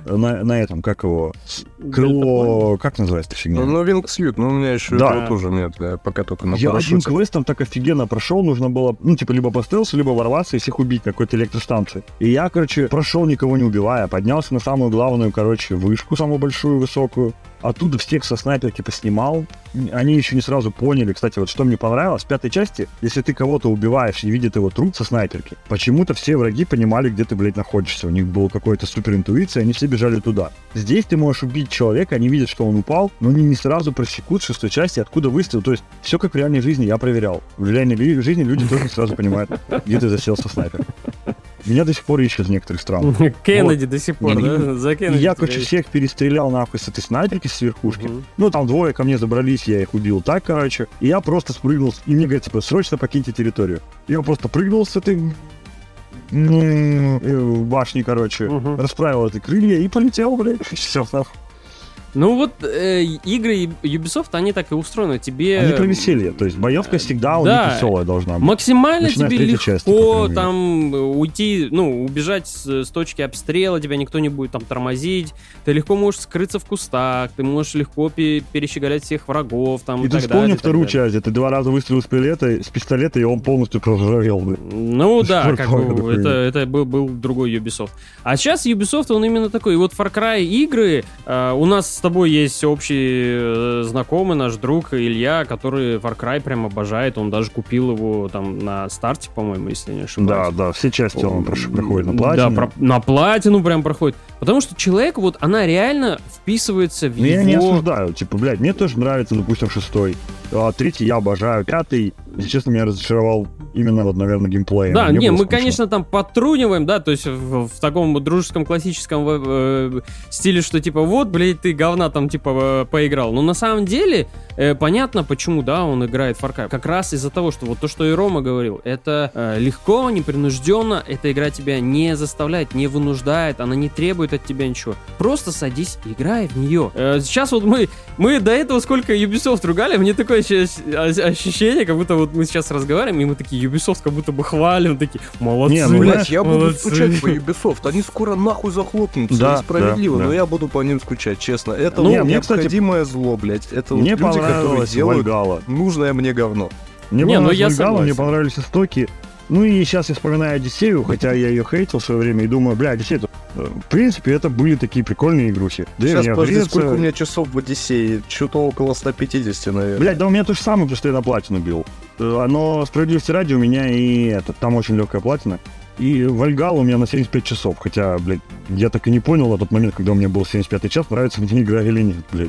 на, на этом, как его, крыло, как называется эта фигня?
Ну, ну Wingsuit, ну, у меня еще
Да.
этого тоже нет, я пока только на
Я один
парашюте.
квест там так офигенно прошел, нужно было, ну, типа, либо по стелсу, либо ворваться и всех убить на какой-то электростанции. И я, короче, прошел никого не убивая, поднялся на самую главную, короче, вышку, самую большую, высокую. Оттуда всех со снайперки поснимал. Они еще не сразу поняли. Кстати, вот что мне понравилось, в пятой части, если ты кого-то убиваешь и видит его труп со снайперки, почему-то все враги понимали, где ты, блядь, находишься. У них была какая-то супер интуиция, они все бежали туда. Здесь ты можешь убить человека, они видят, что он упал, но они не сразу просекут в шестой части, откуда выстрел. То есть все как в реальной жизни, я проверял. В реальной ли- жизни люди тоже не сразу понимают, где ты засел со снайпером. Меня до сих пор ищут в некоторых странах.
Кеннеди до сих пор,
И-
да? За
И
Кеннеди.
я,
тебя
короче,
ищут.
всех перестрелял нахуй с этой снайперки с верхушки.
Мгм.
Ну, там двое ко мне забрались, я их убил так, короче. И я просто спрыгнул, с- и мне говорят, типа, срочно покиньте территорию. Я просто прыгнул с этой м, э, башни, короче,
Мгм.
расправил эти крылья и полетел, блядь. Все, нахуй.
Ну вот э, игры Ubisoft, они так и устроены. Тебе
Они про веселье, то есть боевка всегда у
да.
них веселая должна быть.
максимально
Начиная
тебе
с третьей
легко
части, по крайней мере.
там э, уйти, ну, убежать с, с точки обстрела, тебя никто не будет там тормозить. Ты легко можешь скрыться в кустах, ты можешь легко пе- перещеголять всех врагов там и,
И ты
так
вспомни
далее. и так
вторую
далее.
часть, это два раза выстрелил с пистолета, с пистолета, и он полностью проржавел, блядь.
Ну
До
да,
сих пор
как
помню
бы
такую
это, это был, был другой Ubisoft. А сейчас Ubisoft, он именно такой. И вот Far Cry игры, э, у нас с тобой есть общий э, знакомый, наш друг Илья, который Far Cry прям обожает. Он даже купил его там на старте, по-моему, если не
Да,
ошибаюсь.
да, все части он прош- проходит на
Да,
платину.
про- на платину прям проходит. Потому что человек, вот она реально вписывается в
Ну,
его...
я не осуждаю, типа, блядь, мне тоже нравится, допустим, шестой, а третий я обожаю, пятый, если честно, меня разочаровал именно, вот, наверное, геймплеем.
Да,
Мне
не,
было
мы,
скучно.
конечно, там подтруниваем, да, то есть в, в таком вот дружеском классическом э, стиле, что типа вот, блядь, ты говна там типа э, поиграл. Но на самом деле э, понятно, почему, да, он играет в Far Cry. Как раз из-за того, что вот то, что и Рома говорил, это э, легко, непринужденно, эта игра тебя не заставляет, не вынуждает, она не требует от тебя ничего. Просто садись и играй в нее. Э, сейчас вот мы, мы до этого сколько Ubisoft ругали, мне такое ощ- ощ- ощущение, как будто вот мы сейчас разговариваем, и мы такие Ubisoft как будто бы хвалим, такие, молодцы.
Не, ну,
Блять,
знаешь,
я буду
молодцы.
скучать по Ubisoft. Они скоро нахуй захлопнутся.
Да,
Несправедливо,
да, да.
но я буду по ним скучать, честно. Это
Ну,
вот
мне, кстати,
необходимое зло, блять. Это вот
Мне
люди, которые
понравилась
делают
Вальгалла.
нужное мне говно.
Мне
Не, ну
понравилась
я
Вальгалла, мне
согласен.
понравились истоки. Ну и сейчас я вспоминаю Одиссею, хотя я ее хейтил в свое время, и думаю, бля, Одиссея, в принципе, это были такие прикольные игрухи.
Сейчас,
Древняя
подожди,
Греция.
сколько у меня часов в Одиссее? Что-то около сто пятьдесят, наверное.
Блядь, да у меня то же самое, потому что я на платину бил. Э, Но справедливости ради у меня и это, там очень легкая платина. И Вальгалла у меня на семьдесят пять часов. Хотя, блядь, я так и не понял на тот момент, когда у меня был семьдесят пятый час, нравится мне игра или нет, блядь.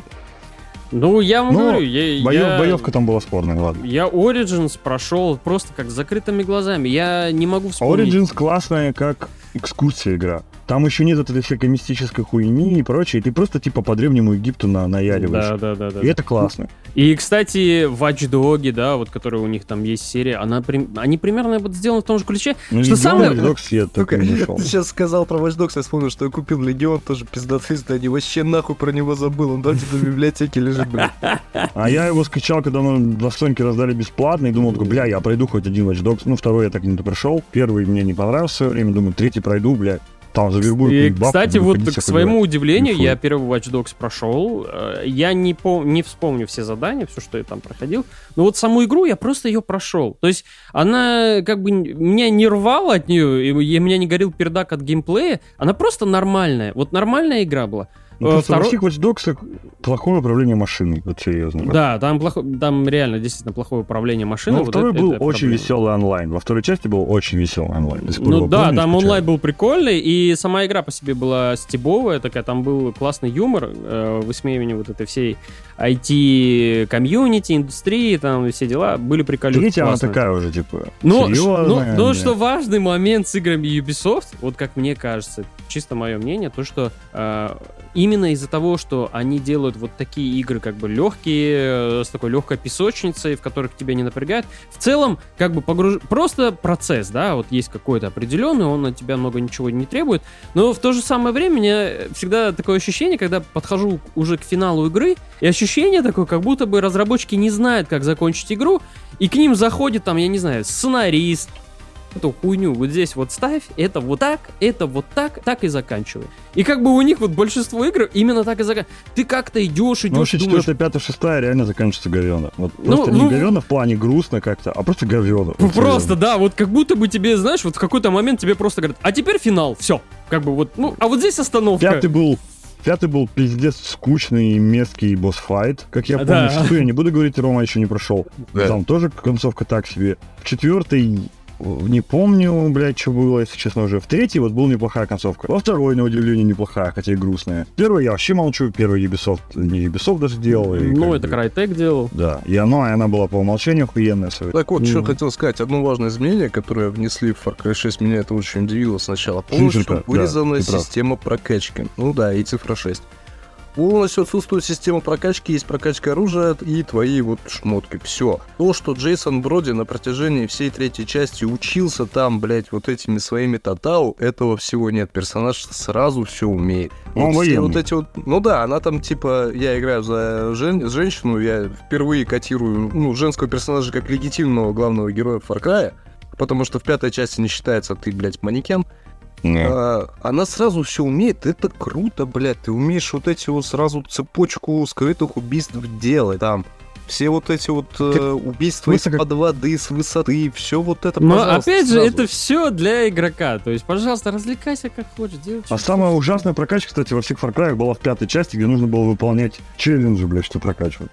Ну, я вам
Но
говорю, я...
Боев-
я...
Боевка там была спорная, ладно.
Я Origins прошел просто как с закрытыми глазами. Я не могу вспомнить.
Origins классная, как экскурсия игра. Там еще нет этой всякой мистической хуйни и прочее. Ты просто типа по Древнему Египту на наяриваешь.
Да, да, да, да.
И это классно.
И, кстати, Watch Dogs, да, вот, которая у них там есть серия, она прим- они примерно вот сделаны в том же ключе.
Ну,
Что
Легион,
самое-
Watch Dogs я так
Только
и не нашел.
ты сейчас сказал про Watch Dogs, я вспомнил, что я купил Легион, тоже пиздатый издание, вообще нахуй про него забыл, он там где-то в библиотеке лежит, блядь.
А я его скачал, когда мы на Соньке раздали бесплатно, и думал, такой, бля, я пройду хоть один Watch Dogs. Ну, второй я так и не прошел. Первый мне не понравился в свое время, думаю, третий пройду, бля. Там завербую
И,
какую-нибудь бабку,
кстати,
буду
вот
ходить
к
всех
своему
убивать.
удивлению,
Нихуя.
я первый Watch Dogs прошел. Э, Я не, пом- не вспомню все задания, все, что я там проходил. Но вот саму игру я просто ее прошел. То есть она как бы н- меня не рвала от нее, и и меня не горел пердак от геймплея. Она просто нормальная. Вот нормальная игра была.
Ну,
Э,
просто
второй-
во всех Watch Dogs плохое управление машиной, вот серьезно.
Да, там, плохо, там реально действительно плохое управление машиной.
Но
вот
второй
это-
был
это
очень
проблема.
веселый онлайн. Во второй части был очень веселый онлайн. Если
Ну
его
да,
помнишь,
там
скачай.
онлайн был прикольный, и сама игра по себе была стебовая, такая, там был классный юмор, э, высмеивание вот этой всей ай ти-комьюнити, индустрии, там все дела, были прикольные.
Третья, она
классные.
такая уже, типа,
Но, ш-
серьезная.
но, но
не-
что важный момент с играми Ubisoft, вот как мне кажется, чисто мое мнение, то что э, именно из-за того, что они делают вот такие игры как бы легкие, э, с такой легкой песочницей, в которых тебя не напрягают, в целом как бы погруж... просто процесс, да, вот есть какой-то определенный, он от тебя много ничего не требует, но в то же самое время у меня всегда такое ощущение, когда подхожу уже к финалу игры, и ощущение такое, как будто бы разработчики не знают, как закончить игру, и к ним заходит там, я не знаю, сценарист, эту хуйню вот здесь вот ставь, это вот так, это вот так, так и заканчивай. И как бы у них вот большинство игр именно так и заканчивают. Ты как-то идешь, идешь,
Ну, вообще,
думаешь...
четвертая, пятая, шестая реально заканчивается говёно. Вот
Ну,
просто
ну,
не говёно в плане грустно как-то, а просто говёно. Вот
Просто,
серьезно.
да, вот как будто бы тебе, знаешь, вот в какой-то момент тебе просто говорят, а теперь финал, все. Как бы вот, ну, а вот здесь остановка.
Пятый был... Пятый был пиздец скучный, мерзкий босс-файт. Как я помню,
Да.
шестую я не буду говорить, Рома еще не прошел.
Да.
Там тоже концовка так себе. В четвертый не помню, блядь, что было, если честно, уже. В третьей вот была неплохая концовка. Во второй, на удивление, неплохая, хотя и грустная. Первый я вообще молчу. Первый Ubisoft, не Ubisoft даже делал. и
Ну,
как
это
бы-
Crytek делал.
Да, и оно, и она была по умолчанию охуенная. своя.
Так вот, что
Мгм.
хотел сказать. Одно важное изменение, которое внесли в Far Cry шесть, меня это очень удивило сначала. Полностью
Циферка, да,
вырезанная
ты прав.
система прокачки. Ну да, и цифра шесть. Полностью отсутствует система прокачки, есть прокачка оружия и твои вот шмотки. Все. То, что Джейсон Броди на протяжении всей третьей части учился там, блядь, вот этими своими татау, этого всего нет. Персонаж сразу все умеет.
Он
Вот все
военный.
вот эти вот... Ну да, она там типа... Я играю за жен- женщину, я впервые котирую ну, женского персонажа как легитимного главного героя Far Cry, потому что в пятой части не считается ты, блядь, манекен.
Да.
А, она сразу все умеет, это круто, блядь. Ты умеешь вот эти вот сразу цепочку скрытых убийств делать. Там все вот эти вот э, убийства
высоко-
из-под воды, с высоты, все вот это,
Но
пожалуйста,
опять же,
сразу.
это все для игрока. То есть, пожалуйста, развлекайся как хочешь, делай.
А самая ужасная прокачка, кстати, во всех Far Cry была в пятой части, где нужно было выполнять челленджи, блядь, что прокачивать.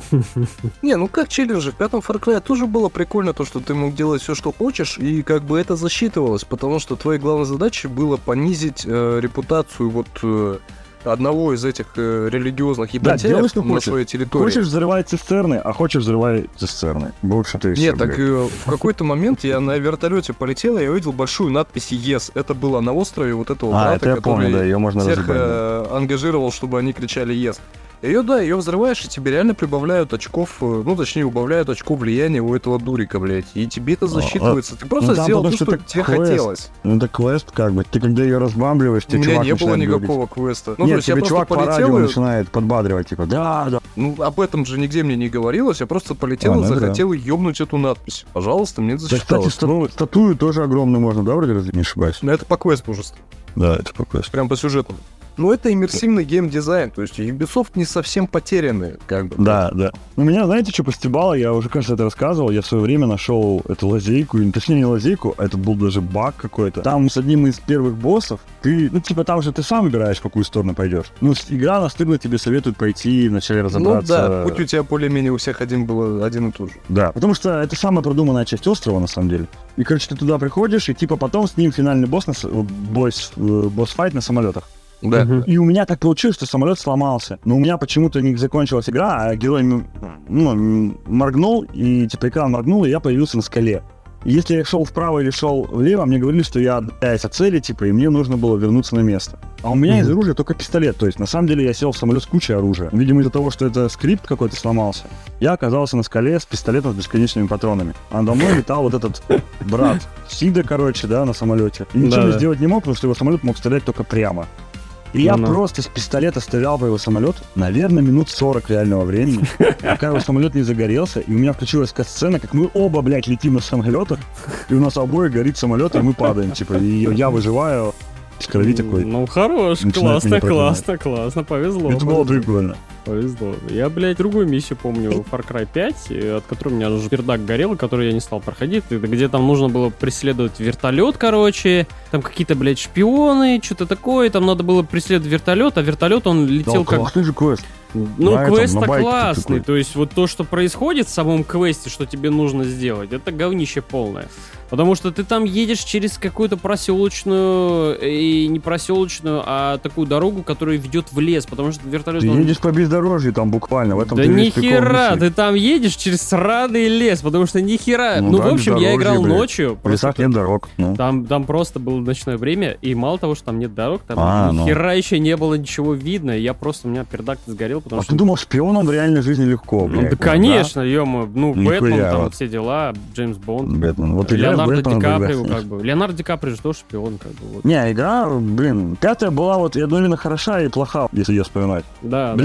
Не, ну как челленджи, в пятом Far Cry тоже было прикольно то, что ты мог делать все, что хочешь, и как бы это засчитывалось, потому что твоей главной задачей было понизить э, репутацию вот э, одного из этих э, религиозных
Да, делай,
епатеев
что
на
хочешь.
своей территории.
Хочешь взрывать цистерны, а хочешь взрывай цистерны. Больше ты
Нет, так э, в какой-то момент я на вертолете полетел, и я увидел большую надпись «Yes». Это было на острове вот этого
А,
брата,
это я
который
помню, да, ее можно
всех
разъебать. да.
э, ангажировал, чтобы они кричали «Yes». Ее, да, ее взрываешь, и тебе реально прибавляют очков, э, ну, точнее, убавляют очков влияния у этого дурика, блядь. И тебе это засчитывается. Ты просто
ну, там
сделал то,
потому
что,
что это
тебе
квест.
хотелось.
Ну, это квест, как бы. Ты когда ее разбамбливаешь,
У
тебе
меня
чувак
не было
начинает говорить.
никакого квеста. Ну, то
Нет,
есть я
тебе
просто
чувак по
полетел
радио
и-
начинает подбадривать, типа, да, да.
Ну, об этом же нигде мне не говорилось, я просто полетел
А,
и
ну да.
захотел ёбнуть эту надпись. Пожалуйста, мне это
Да, кстати,
засчиталось.
ста- ну, статую тоже огромную можно, да, вроде, раз- не ошибаюсь?
Но это по квесту уже.
Да, это по квесту.
Прям по сюжету. Ну, это иммерсивный геймдизайн, то есть Ubisoft не совсем потеряны, как бы.
Да, да. У меня, знаете, что постебало? Я уже, кажется, это рассказывал. Я в свое время нашел эту лазейку, или, точнее, не лазейку, а это был даже баг какой-то. Там с одним из первых боссов ты, ну, типа, там же ты сам выбираешь, в какую сторону пойдешь. Ну, с- игра настырно тебе советует пойти вначале
Ну
разобраться.
да, путь у тебя более-менее у всех один был один и тот же.
Да, потому что это самая продуманная часть острова, на самом деле. И, короче, ты туда приходишь, и, типа, потом с ним финальный босс, на, с- босс, э, босс-файт на самолетах.
Да.
Мгм.
И у меня так получилось, что самолет сломался. Но у меня почему-то не закончилась игра, а герой м, ну, м, моргнул, и типа экран моргнул, и я появился на скале. И если я шел вправо или шел влево, мне говорили, что я отдаляюсь от цели, типа, и мне нужно было вернуться на место. А у меня из
Мгм.
оружия только пистолет. То есть, на самом деле, я сел в самолет с кучей оружия. Видимо, из-за того, что это скрипт какой-то сломался, я оказался на скале с пистолетом с бесконечными патронами. А надо мной летал вот этот брат Сида, короче, да, на самолете. И ничего
Да-да.
не сделать не мог, потому что его самолет мог стрелять только прямо. И я
Ну-ну.
просто с пистолета стрелял по его самолет, наверное, минут сорок реального времени, пока его самолет не загорелся, и у меня включилась кат-сцена, как мы оба, блядь, летим на самолетах, и у нас обоих горит самолет, и мы падаем, типа, и я выживаю, с крови такой.
Ну, хорош,
Начинает
классно,
меня проклинать.
классно, классно, повезло.
Это было
повезло.
прикольно.
Повезло. Я, блядь, другую миссию помню, Far Cry пять, э, от которой у меня уже пердак горел, и который я не стал проходить, и где там нужно было преследовать вертолет, короче, там какие-то, блядь, шпионы, что-то такое, там надо было преследовать вертолет, а вертолет, он летел
Да,
как...
классный же квест.
Ну,
на этом,
квест-то
на байке
классный,
такой.
то есть вот то, что происходит в самом квесте, что тебе нужно сделать, это говнище полное. Потому что ты там едешь через какую-то проселочную, и не проселочную, а такую дорогу, которая ведет в лес, потому что вертолет...
Ты
он-
едешь по бездорожью там буквально, в этом
Да
ты весь прикол
нихера,
миссии.
ты там едешь через сраный лес, потому что нихера... Ну,
Ну
в
да,
общем, я
бездорожье,
играл
блядь.
ночью.
В лесах нет дорог. Ну.
Там, там просто было ночное время, и мало того, что там нет дорог, там
А, ну.
нихера еще не было ничего видно, и я просто, у меня пердак сгорел, потому
А
что...
ты думал, шпионом в реальной жизни легко,
Ну,
блядь?
да, конечно, ё-моё, ну,
Нихуя,
Бэтмен, там
вот.
все дела, Джеймс Бонд,
Бэтмен. Вот игра в
Леонардо Ди
Бэтмена
Каприо,
прекрасная.
как бы. Леонардо Ди Каприо же тоже шпион, как бы, вот.
Не, игра, блин, пятая была вот и одновременно хороша и плоха, если ее вспоминать.
Да, да.
Блять,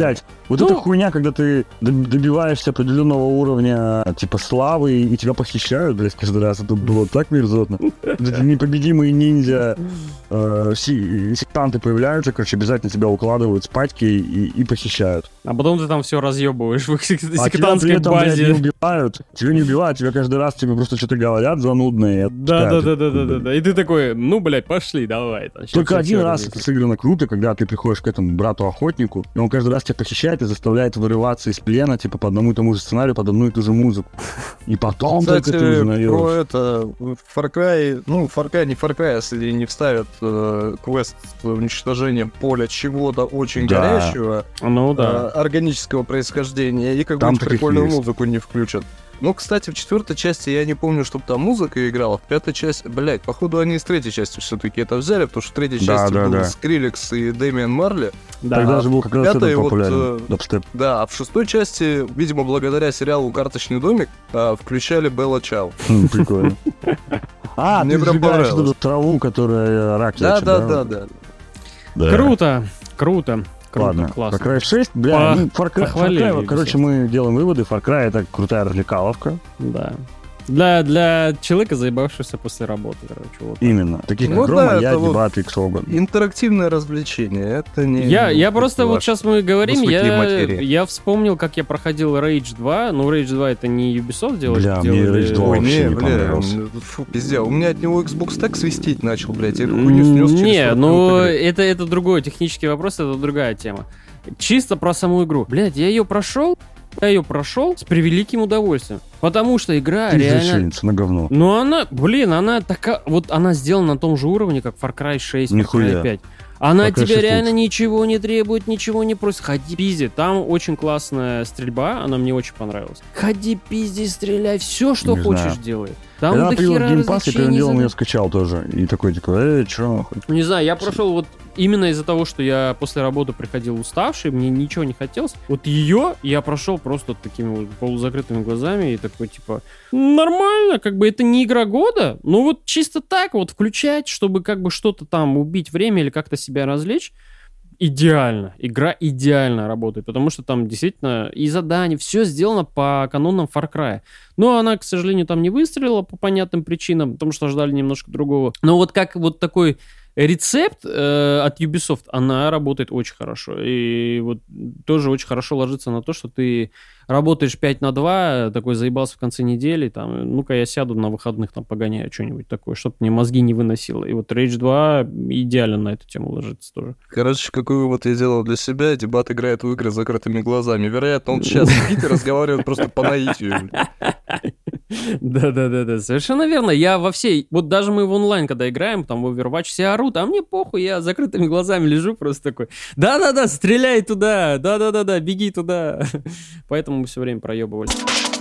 Вот
Ну.
эта хуйня, когда ты доб- добиваешься определенного уровня, типа, славы, и тебя похищают, блядь, каждый раз. Это было так мерзотно. Эти непобедимые ниндзя, э, си- сектанты появляются, короче, обязательно тебя укладывают спать и, и похищают.
А потом ты там все разъебываешь в их сек-
А тебя при
сектантской
этом, блядь, не
базе.
убивают. Тебя не убивают, тебя каждый раз тебе просто что-то говорят занудные.
Да, да, да, да, да, да, да. И ты такой, ну, блядь, пошли, давай. там, щас
Только
всё
один
всё
раз
разъебем.
это сыграно круто, когда ты приходишь к этому брату-охотнику, и он каждый раз тебя похищает и заставляет вырываться из плена, типа, по одному и тому же сценарию, под одну и ту же музыку. И потом
Кстати,
только ты
про
узнаешь.
это, в Far Cry, ну, Far Cry не Far Cry, если не вставят э, квест с уничтожением поля чего-то очень
Да.
горячего,
Ну
э,
да.
органического происхождения, и как
Там
бы
таких
прикольную
есть.
музыку не включат. Ну, кстати, в четвертой части я не помню, чтобы там музыка играла. В пятой части, блядь, походу они из третьей части все-таки это взяли, потому что в третьей
Да,
части
да,
был
да.
Скриллекс и Дэмиан Марли.
Да.
Тогда же был как раз
пятая
этот
вот,
популярен,
э,
дабстеп.
Да, а в шестой части, видимо, благодаря сериалу «Карточный домик», а, включали Белла Чао.
Хм, Прикольно. А,
Мне
ты
прям
сжигаешь
понравилось.
эту траву, которая рак
Да,
лечит,
да, да, да.
Да.
Круто, круто, круто,
Ладно,
классно.
Far Cry шесть, бля,
По-
ну, Far Cry, Far
похвалили
Cry, короче,
Ubisoft.
мы делаем выводы, Far Cry это крутая развлекаловка,
Да. Для, для человека, заебавшегося после работы, короче, вот.
именно. Таких
Ну
как
да,
Рома,
это
я,
вот
дебаты, кто угодно.
Интерактивное развлечение, это не...
Я, я
не
просто вот
ваше.
сейчас мы говорим,
высокие
я,
материи.
я вспомнил, как я проходил Rage два. Ну, Rage два это не Ubisoft делает.
Бля, мне
делали-
Rage два
Ой,
вообще
не,
не
бля,
понравился.
м, фу, пиздя, у меня от него Xbox так свистеть начал, блядь, я эту хуйню снес через
Не,
сорок
ну
минут игры.
это, это другой технический вопрос, это другая тема. Чисто про саму игру. Блядь, я ее прошел, я ее прошел с превеликим удовольствием. Потому что игра
Ты
реально...
извращенец, на говно.
Ну она, блин, она такая... Вот она сделана на том же уровне, как Far Cry шесть, Far
Нихуя.
Cry пять. Она
Far Cry
тебе
шесть
реально
лучше.
ничего не требует, ничего не просит. Ходи, пизди. Там очень классная стрельба, она мне очень понравилась. Ходи, пизди, стреляй, все, что
Не
хочешь,
знаю.
делай. Там
Когда
до
привел
хера
Game Pass, я
развлечений
первым делом
за-
ее скачал тоже. И такой, типа, э, чё нахуй?
Не знаю, я прошел вот именно из-за того, что я после работы приходил уставший, мне ничего не хотелось. Вот ее я прошел просто такими вот полузакрытыми глазами и такой, типа, нормально, как бы это не игра года, но вот чисто так вот включать, чтобы как бы что-то там убить время или как-то себя развлечь, идеально. Игра идеально работает, потому что там действительно и задания, все сделано по канонам Far Cry. Но она, к сожалению, там не выстрелила по понятным причинам, потому что ждали немножко другого. Но вот как вот такой рецепт э, от Ubisoft, она работает очень хорошо. И вот тоже очень хорошо ложится на то, что ты работаешь пять на два, такой заебался в конце недели, там, ну-ка я сяду на выходных, там, погоняю что-нибудь такое, чтобы мне мозги не выносило. И вот Rage два идеально на эту тему ложится тоже.
Короче, какой вывод я делал для себя, Дебат играет в игры с закрытыми глазами. Вероятно, он сейчас сидит и разговаривает просто по наитию.
Да-да-да-да, совершенно верно. Я во всей... Вот даже мы в онлайн, когда играем, там в Overwatch все орут, а мне похуй, я закрытыми глазами лежу просто такой, да-да-да, стреляй туда, да-да-да-да, беги туда. Поэтому мы все время проебывали.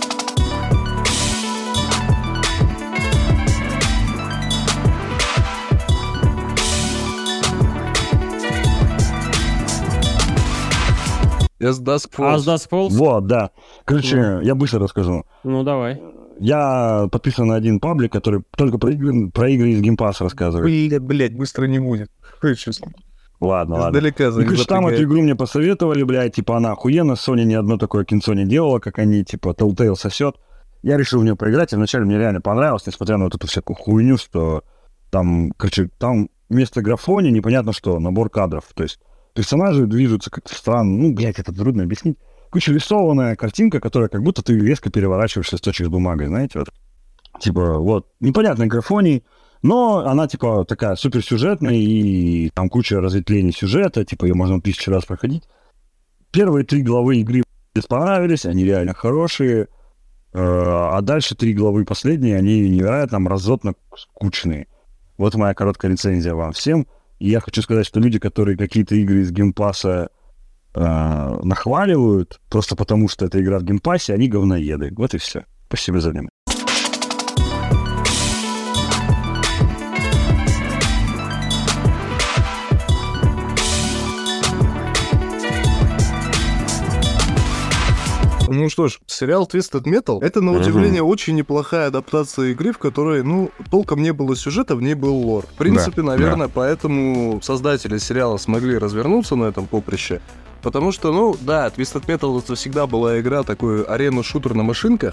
As Dusk
А
Falls.
с Dusk Falls?
Вот, да. Короче, я быстро расскажу.
Ну, давай.
Я подписан на один паблик, который только про игры, про игры из Game Pass рассказывает.
Блядь, блядь, быстро не будет. Хочешь,
Ладно, ладно.
издалека
Ну, короче, там эту
запрягает.
игру мне посоветовали, блядь, типа она охуенно, Sony ни одно такое кинцо не делала, как они, типа, Telltale сосет. Я решил в нее поиграть, и вначале мне реально понравилось, несмотря на вот эту всякую хуйню, что там, короче, там вместо графони непонятно что, набор кадров, то есть персонажи движутся как-то странно, ну, блядь, это трудно объяснить. Куча рисованная картинка, которая как будто ты резко переворачиваешь листочек с бумагой, знаете, вот. Типа, вот, непонятная графоний, но она, типа, такая суперсюжетная, и там куча разветвлений сюжета, типа, ее можно тысячу раз проходить. Первые три главы игры мне понравились, они реально хорошие, э, а дальше три главы последние, они невероятно мразотно скучные. Вот моя короткая рецензия вам всем. И я хочу сказать, что люди, которые какие-то игры из геймпасса э, нахваливают, просто потому что это игра в геймпассе, они говноеды. Вот и все. Спасибо за внимание.
У Ну что ж, сериал Twisted Metal — это, на удивление, угу. очень неплохая адаптация игры, в которой, ну, толком не было сюжета, в ней был лор. В принципе, да, наверное, да. поэтому создатели сериала смогли развернуться на этом поприще. Потому что, ну, да, Twisted Metal — это всегда была игра, такой арену-шутер на машинках,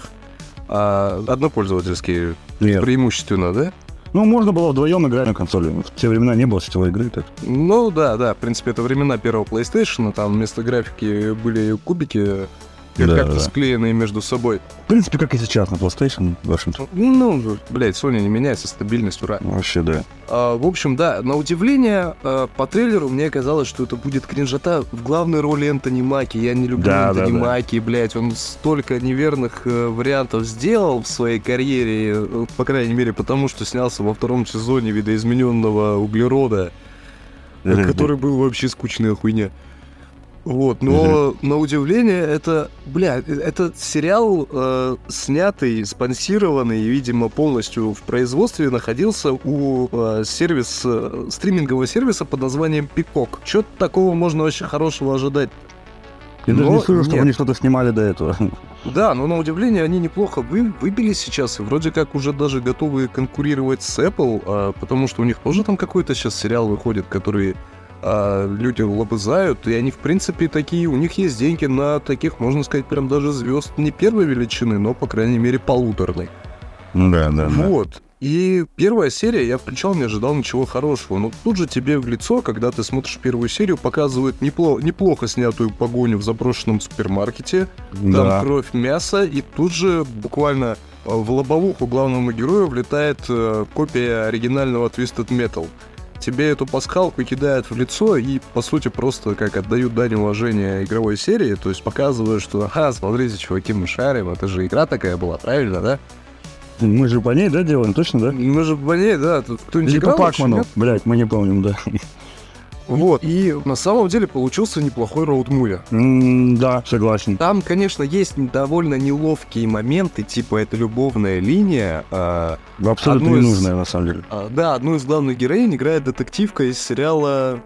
а однопользовательский Нет. преимущественно, да?
Ну, можно было вдвоем играть на консоли. В те времена не было сетевой игры. Так.
Ну, да, да. В принципе, это времена первого PlayStation. Там вместо графики были кубики, да, как-то да. склеенные между собой.
В принципе, как и сейчас на PlayStation, в общем-то.
Ну, блядь, Sony не меняется, стабильность, ура.
Вообще, да.
А, в общем, да, на удивление, а, по трейлеру мне казалось, что это будет кринжота. В главной роли Энтони Маки. Я не люблю да, Энтони да, Маки, да. блядь. Он столько неверных э, вариантов сделал в своей карьере, э, по крайней мере, потому что снялся во втором сезоне «Видоизмененного углерода», mm-hmm. который был вообще скучная хуйня. Вот, но mm-hmm. на удивление это, бля, это сериал, э, снятый, спонсированный, видимо, полностью в производстве, находился у э, сервис, э, стримингового сервиса под названием Peacock. Чё-то такого можно вообще хорошего ожидать.
Я но даже не слышу, что они что-то снимали до этого.
Да, но на удивление они неплохо вы, выбились сейчас, и вроде как уже даже готовы конкурировать с Apple, э, потому что у них тоже там какой-то сейчас сериал выходит, который... А люди лобызают, и они, в принципе, такие, у них есть деньги на таких, можно сказать, прям даже звезд не первой величины, но, по крайней мере, полуторной.
Да, да,
вот.
Да.
И первая серия, я включал, не ожидал ничего хорошего, но тут же тебе в лицо, когда ты смотришь первую серию, показывают непло- неплохо снятую погоню в заброшенном супермаркете, да. Там кровь, мясо, и тут же буквально в лобовуху главному герою влетает э, копия оригинального Twisted Metal. Тебе эту пасхалку кидают в лицо и, по сути, просто как отдают дань уважения игровой серии, то есть показывают, что, ага, смотрите, чуваки, мы шарим, это же игра такая была, правильно, да?
Мы же по ней, да, делаем, точно, да?
Мы же по ней, да, тут кто-нибудь
Или
играл?
По Пакману, блядь, мы не помним, да.
Вот, и на самом деле получился неплохой роуд-муви.
Mm, да, согласен.
Там, конечно, есть довольно неловкие моменты, типа это любовная линия. А,
абсолютно ненужная, из, на самом деле.
А, да, одну из главных героинь играет детективка из сериала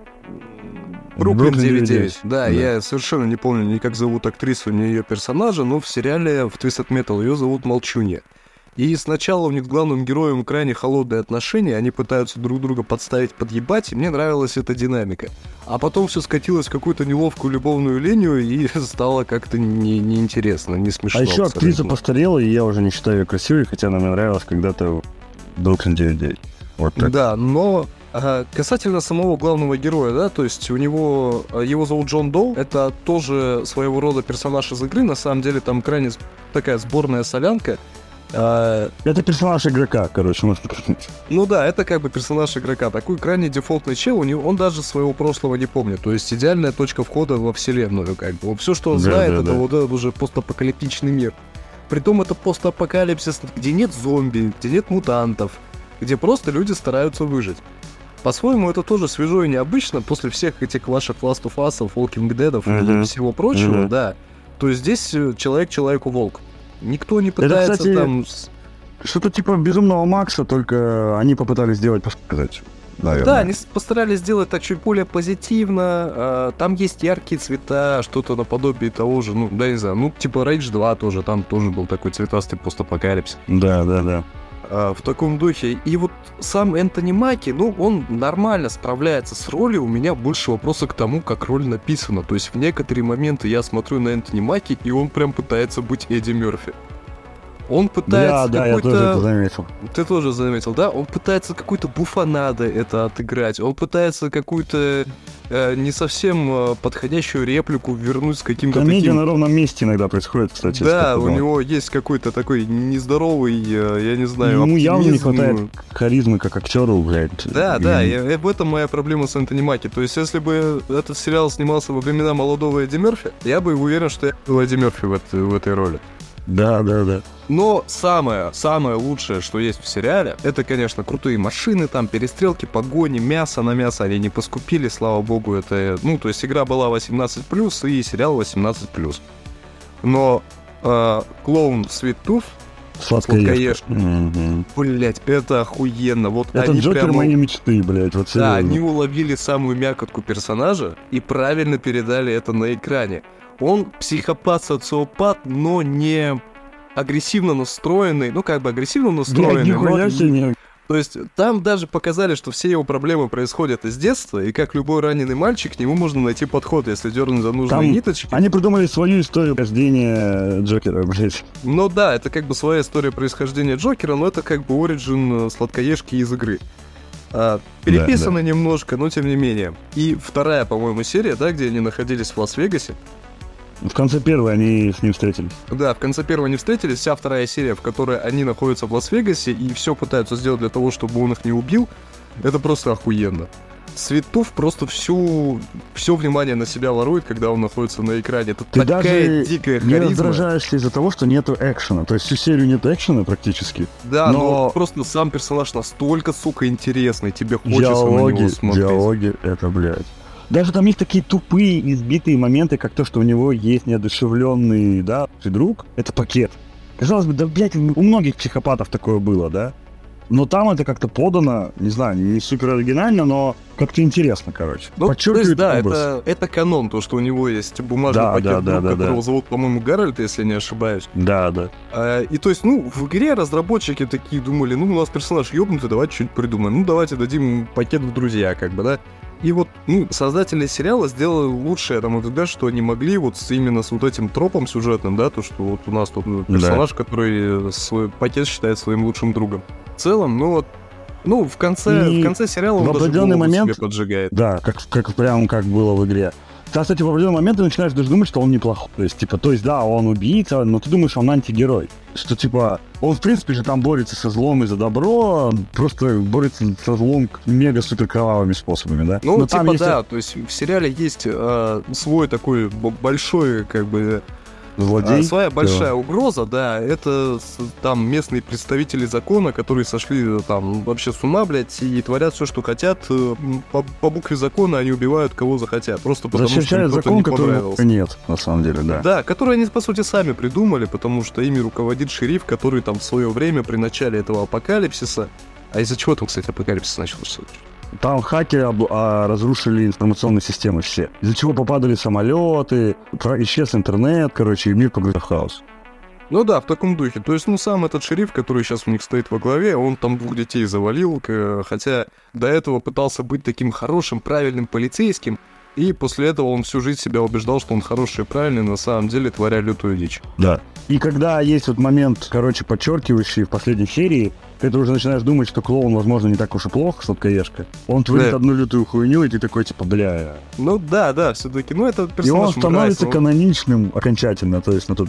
«Бруклин девять девять». Да, да, я совершенно не помню ни как зовут актрису, ни ее персонажа, но в сериале в Twisted Metal ее зовут Молчунья. И сначала у них с главным героем крайне холодные отношения, они пытаются друг друга подставить, подъебать, и мне нравилась эта динамика. А потом все скатилось в какую-то неловкую любовную линию, и стало как-то не, неинтересно, не смешно.
А еще абсолютно. Актриса постарела, и я уже не считаю ее красивой, хотя она мне нравилась когда-то в Бруклин девять девять. Вот так.
Да, но... Ага, касательно самого главного героя, да, то есть у него, его зовут Джон Доу, это тоже своего рода персонаж из игры, на самом деле там крайне такая сборная солянка.
А... Это персонаж игрока, короче, можно сказать.
Ну да, это как бы персонаж игрока, такой крайне дефолтный чел, у него, он даже своего прошлого не помнит, то есть идеальная точка входа во вселенную, как бы, все, что он да, знает, да, это да. вот это уже постапокалиптичный мир. Притом это постапокалипсис, где нет зомби, где нет мутантов, где просто люди стараются выжить. По-своему, это тоже свежо и необычно после всех этих ваших Last of Us, Walking Dead uh-huh. и всего прочего, uh-huh. да. То есть здесь человек человеку волк. Никто не пытается это, кстати, там...
Что-то типа Безумного Макса, только они попытались сделать, сказать, наверное.
Да, они постарались сделать так чуть более позитивно. Там есть яркие цвета, что-то наподобие того же, ну, да, не знаю, ну, типа Rage два тоже, там тоже был такой цветастый постапокалипсис.
Да, да, да.
В таком духе. И вот сам Энтони Маки, ну, он нормально справляется с ролью. У меня больше вопросов к тому, как роль написана. То есть в некоторые моменты я смотрю на Энтони Маки, и он прям пытается быть Эдди Мерфи. Он пытается
да,
какой-то...
Да, я тоже это заметил.
Ты тоже заметил, да? Он пытается какой-то буфонадо это отыграть. Он пытается какую-то э, не совсем э, подходящую реплику вернуть с каким-то
Комедия
таким...
на ровном месте иногда происходит, кстати.
Да, у него есть какой-то такой нездоровый, э, я не знаю,
ему
оптимизм.
Явно не хватает харизмы как актеру, блядь.
Да, и... да, и, и в этом моя проблема с Энтони Маки. То есть, если бы этот сериал снимался во времена молодого Эдди Мерфи, я бы уверен, что я был Эдди Мерфи в, это, в этой роли.
Да, да, да.
Но самое, самое лучшее, что есть в сериале, это, конечно, крутые машины, там перестрелки, погони, мясо на мясо они не поскупили, слава богу, это, ну, то есть игра была восемнадцать плюс и сериал восемнадцать плюс. Но э, клоун Sweet Tooth
Сладкоежка.
Угу. Блять, это охуенно. Вот
это
они
Джокер
прямо...
моей мечты, блядь, вот серьезно.
Да, они уловили самую мякотку персонажа и правильно передали это на экране. Он психопат-социопат, но не агрессивно настроенный, ну как бы агрессивно настроенный.
Блядь, нихуя
но...
себе не...
То есть там даже показали, что все его проблемы происходят из детства, и как любой раненый мальчик, к нему можно найти подход, если дернуть за нужные
там
ниточки.
Они придумали свою историю рождения Джокера, блядь.
Ну да, это как бы своя история происхождения Джокера, но это как бы оригин сладкоежки из игры. А, переписано да, да. немножко, но тем не менее. И вторая, по-моему, серия, да, где они находились в Лас-Вегасе.
В конце первой они с ним встретились.
Да, в конце первой они встретились. Вся вторая серия, в которой они находятся в Лас-Вегасе и все пытаются сделать для того, чтобы он их не убил, это просто охуенно. Светов просто всю, все внимание на себя ворует, когда он находится на экране. Это
Ты
такая
даже
дикая
не
харизма.
раздражаешься из-за того, что нету экшена. То есть всю серию нет экшена практически.
Да,
но,
но просто сам персонаж настолько, сука, интересный. Тебе хочется
диалоги,
на него смотреть.
Диалоги, это, блядь. Даже там есть такие тупые, избитые моменты, как то, что у него есть неодушевленный, да, друг. Это пакет. Казалось бы, да, блядь, у многих психопатов такое было, да? Но там это как-то подано, не знаю, не супер оригинально, но как-то интересно, короче.
Ну,
подчеркивает
то есть, да,
образ.
это, это канон, то, что у него есть бумажный
да,
пакет,
да,
друг,
да, да,
которого
да.
зовут, по-моему, Гарольд, если не ошибаюсь.
Да, да.
А, и то есть, ну, в игре разработчики такие думали, ну, у нас персонаж ёбнутый, давайте что-нибудь придумаем. Ну, давайте дадим ему пакет в друзья, как бы, да. И вот, ну, создатели сериала сделали лучшее, на мой взгляд, что они могли вот с, именно с вот этим тропом сюжетным, да, то, что вот у нас тут персонаж, да. который свой пакет считает своим лучшим другом. В целом, ну вот, ну, в конце, в конце сериала он
в
даже
определенный
голову
момент
себе поджигает. Да,
как, как прям как было в игре. Кстати, в определенный момент ты начинаешь даже думать, что он неплохой. То есть, типа, то есть, да, он убийца, но ты думаешь, он антигерой. Что, типа, он, в принципе же, там борется со злом и за добро, просто борется со злом мега-супер кровавыми способами, да?
Ну,
но
типа,
там есть...
да, то есть в сериале есть э, свой такой большой, как бы...
Злодей?
А, своя большая
да.
угроза, да, это там местные представители закона, которые сошли там вообще с ума, блядь, и творят все, что хотят. По, по букве закона они убивают кого захотят, просто потому
Защищают
что им
закон,
кто-то не понравился.
Которого нет, на самом деле, да.
Да, который они, по сути, сами придумали, потому что ими руководит шериф, который там в свое время при начале этого апокалипсиса... А из-за чего там, кстати, апокалипсис начался?
Там хакеры об, а, разрушили информационные системы все. Из-за чего попадали самолеты, про, исчез интернет, короче, и мир погрузился в хаос.
Ну да, в таком духе. То есть, ну, сам этот шериф, который сейчас у них стоит во главе, он там двух детей завалил, хотя до этого пытался быть таким хорошим, правильным полицейским, и после этого он всю жизнь себя убеждал, что он хороший и правильный, на самом деле творя лютую дичь.
Да. И когда есть вот момент, короче, подчеркивающий в последней серии, ты уже начинаешь думать, что клоун, возможно, не так уж и плохо, сладкоежка. Он творит да. одну лютую хуйню, и ты такой, типа, бля...
Ну да, да, все-таки, ну это персонаж...
И он становится
он...
каноничным окончательно, то есть на тот...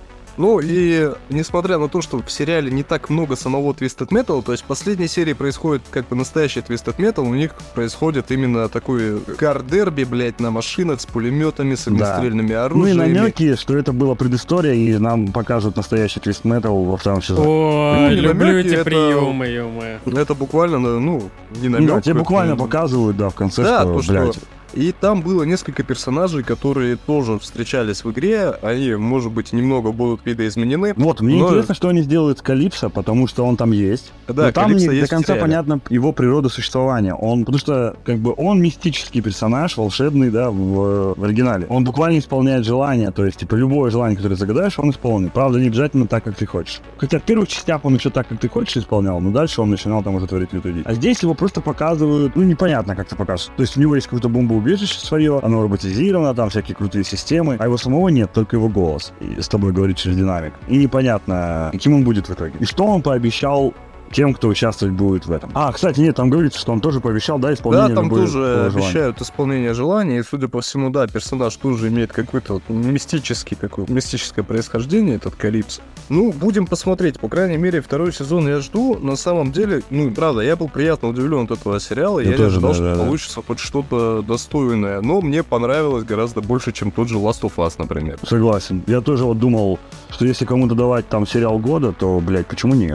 Ну и несмотря на то, что в сериале не так много самого Twisted Metal, то есть в последней серии происходит как бы настоящий Twisted Metal, у них происходит именно такой кар-дерби, блядь, на машинах с пулеметами, с огнестрельными да. оружиями.
Ну и намеки, что это была предыстория, и нам покажут настоящий Twisted Metal во втором сезоне.
Ой,
ну,
люблю
намеки,
эти
это...
приемы, ё-моё.
Это буквально, ну, не намек.
Да, тебе буквально это... показывают, да, в конце,
да,
что,
то,
блядь...
Что... И там было несколько персонажей, которые тоже встречались в игре. Они, может быть, немного будут видоизменены.
Вот, мне
но...
интересно, что они сделают с Калипсо, потому что он там есть.
Да,
но там
Калипсо
не
есть
до конца понятна его природа существования. Он, потому что, как бы, он мистический персонаж, волшебный, да, в, в оригинале. Он буквально исполняет желания, то есть, типа, любое желание, которое загадаешь, он исполнит. Правда, не обязательно так, как ты хочешь. Хотя в первых частях он еще так, как ты хочешь, исполнял, но дальше он начинал там уже творить лютую дичь. А здесь его просто показывают, ну, непонятно, как это показывают. То есть, у него есть какое-то бомбоубежище свое, оно роботизировано, там всякие крутые системы, а его самого нет, только его голос. И с тобой говорит через динамик. И непонятно, каким он будет в итоге. И что он пообещал тем, кто участвовать будет в этом. А, кстати, нет, там говорится, что он тоже пообещал, да, исполнение
Да, там тоже
желания.
обещают исполнение желания, и, судя по всему, да, персонаж тоже имеет какой-то вот мистический такой, мистическое происхождение, этот Калипсо. Ну, будем посмотреть, по крайней мере, второй сезон я жду. На самом деле, ну, правда, я был приятно удивлен от этого сериала, я, я не ожидал, да, что да, получится да. хоть что-то достойное, но мне понравилось гораздо больше, чем тот же Last of Us, например.
Согласен. Я тоже вот думал, что если кому-то давать там сериал года, то, блядь, почему не этому?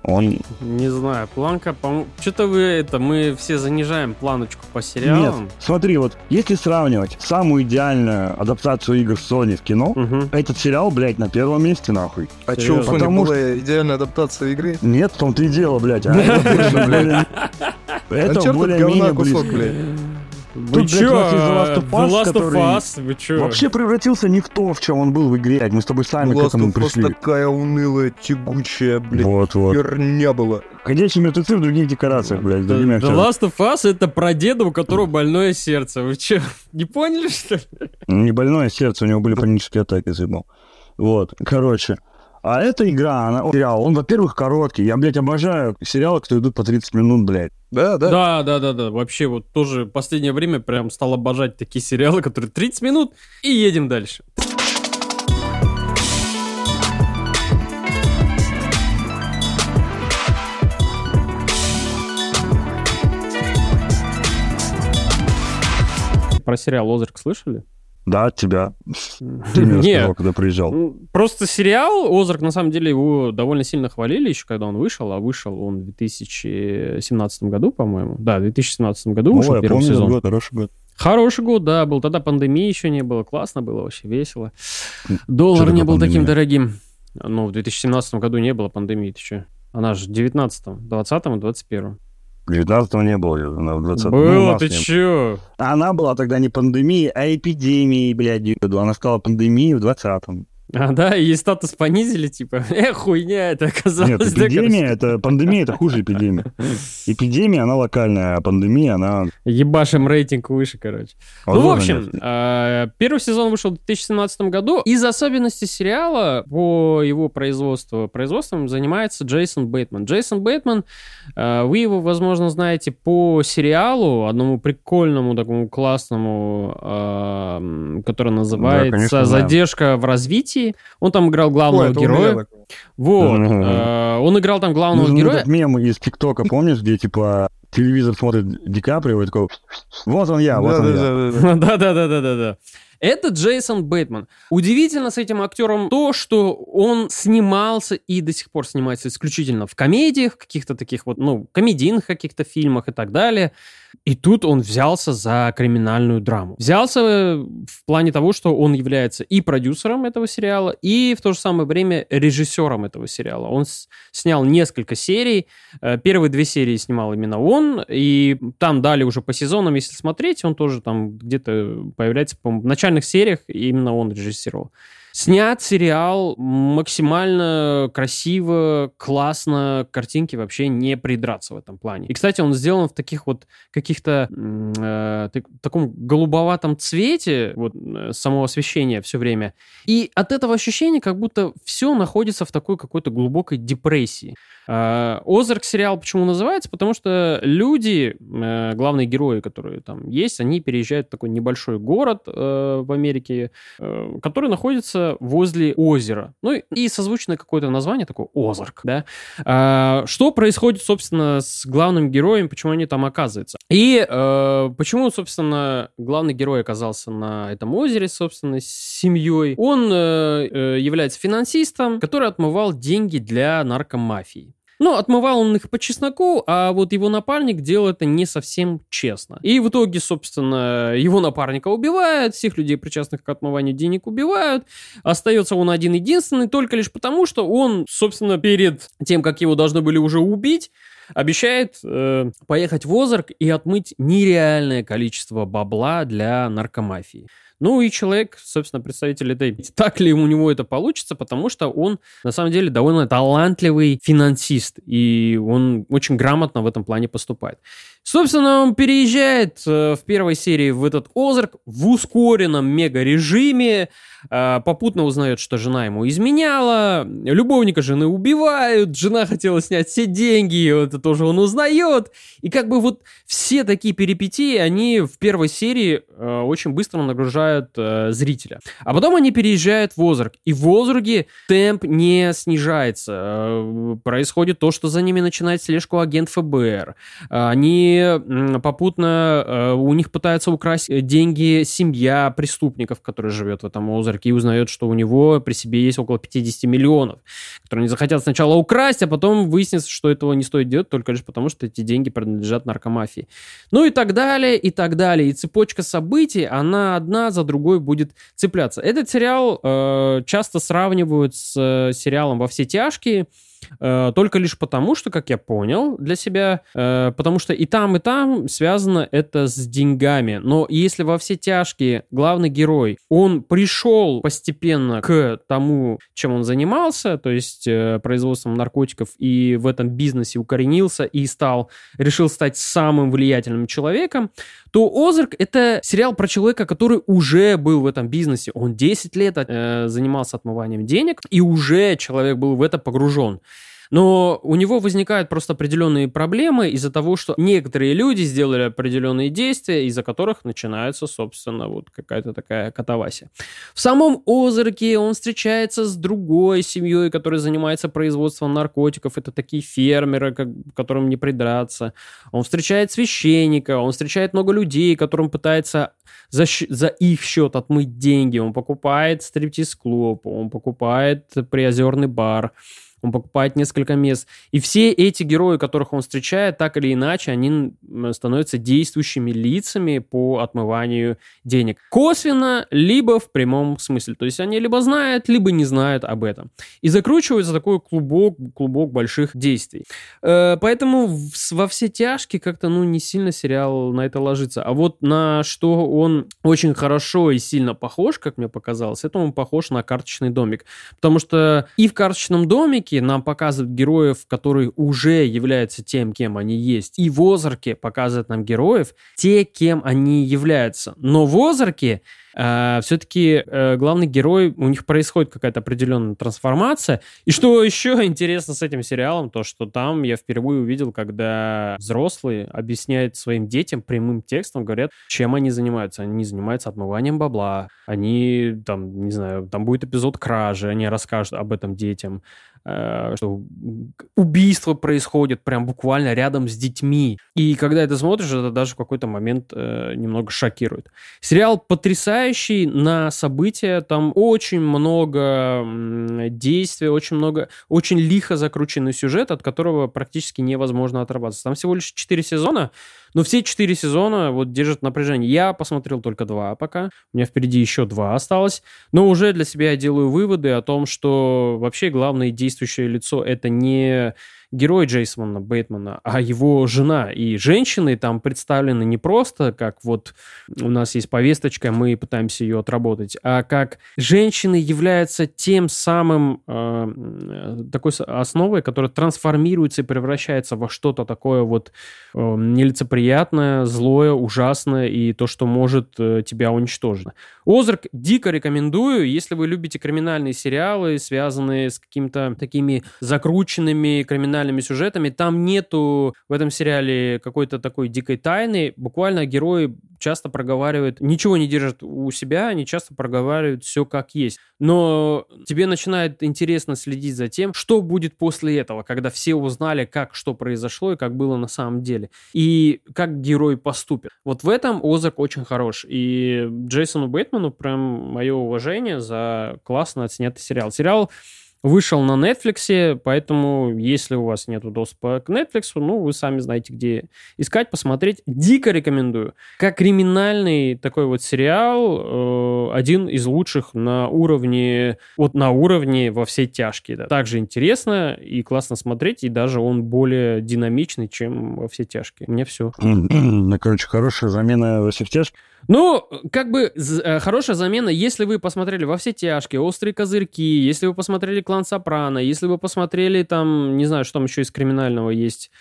Он...
Не знаю, планка, по... Что-то вы это, мы все занижаем планочку по сериалам.
Нет, смотри, вот если сравнивать самую идеальную адаптацию игр Sony в кино,
Угу.
этот сериал, блядь, на первом месте, нахуй.
А что, у
Серьезно?
Sony
Потому
была идеальная адаптация игры?
Нет, в том-то и дело, блядь. А это больше, блядь, это
Uncharted
более-менее
говна кусок,
близко.
блядь.
Вы
Тут, блядь,
чё,
у нас есть The Last of
The
Us,
Last of
который
Us, вы чё?
Вообще превратился не в то, в чем он был в игре. Мы с тобой сами к
Last
этому
of Us
пришли.
такая унылая, тягучая, блядь,
Вот-вот.
херня была.
Ходячие мертвецы в других декорациях, блядь, с другими
The
актерами.
Last of Us — это про деда, у которого больное сердце. Вы чё, не поняли, что ли?
Не больное сердце, у него были панические атаки, заебал. Вот, короче. А эта игра, она, сериал, он, во-первых, короткий. Я, блядь, обожаю сериалы, которые идут по тридцать минут, блядь.
Да, да.
Да, да, да, да. Вообще вот тоже в последнее время прям стал обожать такие сериалы, которые тридцать минут, и едем дальше. Про сериал «Озарк» слышали?
Да, от тебя. Ты мне
Не,
рассказал, когда приезжал.
ну, просто сериал «Озарк», на самом деле, его довольно сильно хвалили еще, когда он вышел, а вышел он в две тысячи семнадцатом году, по-моему. Да, в две тысячи семнадцатом году вышел
О, я
первый
помню этот
сезон.
год, хороший год.
Хороший год, да, был. Тогда пандемии еще не было. Классно было, вообще весело. Доллар
такое
не был таким
пандемия?
дорогим. Ну, в две тысячи семнадцатом году не было пандемии, ты что? Она же в девятнадцатом, двадцатом и двадцать первом.
девятнадцатого не было, она в двадцатом.
Было,
Ну, у нас
ты
не было.
чё?
Она была тогда не пандемией, а эпидемией, блядь, деду. Она стала пандемией в двадцатом.
А, да, и статус понизили, типа, эх, хуйня, это оказалось.
Нет,
да,
эпидемия,
короче.
это пандемия, это хуже эпидемии. Эпидемия, она локальная, а пандемия, она...
Ебашим рейтинг выше, короче. Ну, в
возможно,
общем,
нет.
э, первый сезон вышел в две тысячи семнадцатом году. Из особенностей сериала по его производству, производством занимается Джейсон Бейтман. Джейсон Бейтман, э, вы его, возможно, знаете по сериалу, одному прикольному, такому классному, э, который называется
конечно, знаю.
«Задержка в развитии». Он там играл главного
Ой, это у меня
героя.
такое.
Вот.
Мгм.
э, он играл там главного
Ну,
героя.
этот мем из ТикТока, помнишь, где, типа, телевизор смотрит Ди Каприо и такой, вот он я, вот он я.
Да-да-да-да.
Да-да-да-да-да. Это Джейсон Бейтман. Удивительно с этим актером то, что он снимался и до сих пор снимается исключительно в комедиях, каких-то таких вот, ну, комедийных каких-то фильмах и так далее. И тут он взялся за криминальную драму. Взялся в плане того, что он является и продюсером этого сериала, и в то же самое время режиссером этого сериала. Он с- снял несколько серий. Э, Первые две серии снимал именно он, и там далее уже по сезонам, если смотреть, он тоже там где-то появляется, по-моему, в начальных сериях, и именно он режиссировал. Снят сериал максимально красиво, классно, картинки вообще не придраться в этом плане. И, кстати, он сделан в таких вот каких-то м, э, так- таком голубоватом цвете, вот э, само освещение все время. И от этого ощущения, как будто все находится в такой какой-то глубокой депрессии. Э, Озарк сериал почему называется? Потому что люди, э, главные герои, которые там есть, они переезжают в такой небольшой город э, в Америке, э, который находится возле озера. Ну и- и созвучное какое-то название такое Озарк, да. А, что происходит, собственно, с главным героем, почему они там оказываются? И э, почему, собственно, главный герой оказался на этом озере, собственно, с семьей? Он э, э, является финансистом, который отмывал деньги для наркомафии. Ну, отмывал он их по чесноку, а вот его напарник делал это не совсем честно. И в итоге, собственно, его напарника убивают, всех людей, причастных к отмыванию денег, убивают. Остается он один-единственный, только лишь потому, что он, собственно, перед тем, как его должны были уже убить, обещает э, поехать в Озарк и отмыть нереальное количество бабла для наркомафии. Ну и человек, собственно, представитель этой... Так ли у него это получится, потому что он, на самом деле, довольно талантливый финансист, и он очень грамотно в этом плане поступает. Собственно, он переезжает э, в первой серии в этот Озарк в ускоренном мега-режиме, э, попутно узнает, что жена ему изменяла, любовника жены убивают, жена хотела снять все деньги, это тоже он узнает. И как бы вот все такие перипетии, они в первой серии э, очень быстро нагружают э, зрителя. А потом они переезжают в Озарк, и в Озарке темп не снижается. Э, происходит то, что за ними начинает слежку агент эф бэ эр. Они они попутно, у них пытаются украсть деньги семья преступников, которая живет в этом Озарке, и узнает, что у него при себе есть около пятьдесят миллионов, которые они захотят сначала украсть, а потом выяснится, что этого не стоит делать только лишь потому, что эти деньги принадлежат наркомафии. Ну и так далее, и так далее. И цепочка событий, она одна за другой будет цепляться. Этот сериал э, часто сравнивают с э, сериалом «Во все тяжкие», э, только лишь потому, что, как я понял для себя, э, потому что и там, и там связано это с деньгами. Но если «Во все тяжкие» главный герой, он пришел постепенно к тому, чем он занимался, то есть э, производством наркотиков, и в этом бизнесе укоренился и стал, решил стать самым влиятельным человеком, то «Озарк» — это сериал про человека, который уже был в этом бизнесе. Он десять лет э, занимался отмыванием денег, и уже человек был в это погружен. Но у него возникают просто определенные проблемы из-за того, что некоторые люди сделали определенные действия, из-за которых начинается, собственно, вот какая-то такая катавасия. В самом Озарке он встречается с другой семьей, которая занимается производством наркотиков. Это такие фермеры, к которым не придраться. Он встречает священника, он встречает много людей, которым пытается за, за их счет отмыть деньги. Он покупает стриптиз-клуб, он покупает приозерный бар. Он покупает несколько мест. И все эти герои, которых он встречает, так или иначе, они становятся действующими лицами по отмыванию денег. Косвенно, либо в прямом смысле. То есть они либо знают, либо не знают об этом. И закручивается такой клубок, клубок больших действий. Поэтому во все тяжкие как-то ну, не сильно сериал на это ложится. А вот на что он очень хорошо и сильно похож, как мне показалось, это он похож на «Карточный домик». Потому что и в «Карточном домике» нам показывают героев, которые уже являются тем, кем они есть. И в «Озарке» показывают нам героев, те, кем они являются. Но в «Озарке» э, все-таки э, главный герой, у них происходит какая-то определенная трансформация. И что еще интересно с этим сериалом, то, что там я впервые увидел, когда взрослые объясняют своим детям прямым текстом, говорят, чем они занимаются. Они занимаются отмыванием бабла. Они, там, не знаю, там будет эпизод кражи, они расскажут об этом детям. Что убийство происходит прям буквально рядом с детьми. И когда это смотришь, это даже в какой-то момент э, немного шокирует. Сериал потрясающий на события. Там очень много действий, очень много, очень лихо закрученный сюжет, от которого практически невозможно оторваться. Там всего лишь четыре сезона, но все четыре сезона вот держат напряжение. Я посмотрел только два пока. У меня впереди еще два осталось. Но уже для себя я делаю выводы о том, что вообще главное действующее лицо — это не герой Джейсона Бейтмана, а его жена. И женщины там представлены не просто как вот у нас есть повесточка, мы пытаемся ее отработать, а как женщины являются тем самым э, такой основой, которая трансформируется и превращается во что-то такое вот э, нелицеприятное, злое, ужасное и то, что может э, тебя уничтожить. «Озарк» дико рекомендую, если вы любите криминальные сериалы, связанные с какими-то такими закрученными криминальными сюжетами. Там нету в этом сериале какой-то такой дикой тайны. Буквально герои часто проговаривают, ничего не держат у себя, они часто проговаривают все как есть. Но тебе начинает интересно следить за тем, что будет после этого, когда все узнали, как что произошло и как было на самом деле. И как герой поступит. Вот в этом «Озарк» очень хорош. И Джейсону Бейтману прям мое уважение за классно отснятый сериал. Сериал вышел на Netflix, поэтому, если у вас нет доступа к Netflix, ну, вы сами знаете, где искать, посмотреть. Дико рекомендую. Как криминальный такой вот сериал, э, один из лучших на уровне, вот на уровне «Во все тяжкие». Да. Также интересно и классно смотреть, и даже он более динамичный, чем «Во все тяжкие». У меня все.
Ну, короче, хорошая замена «Во все тяжкие».
Ну, как бы э, хорошая замена, если вы посмотрели «Во все тяжкие», «Острые козырьки», если вы посмотрели «Клан Сопрано», если вы посмотрели там, не знаю, что там еще из криминального есть,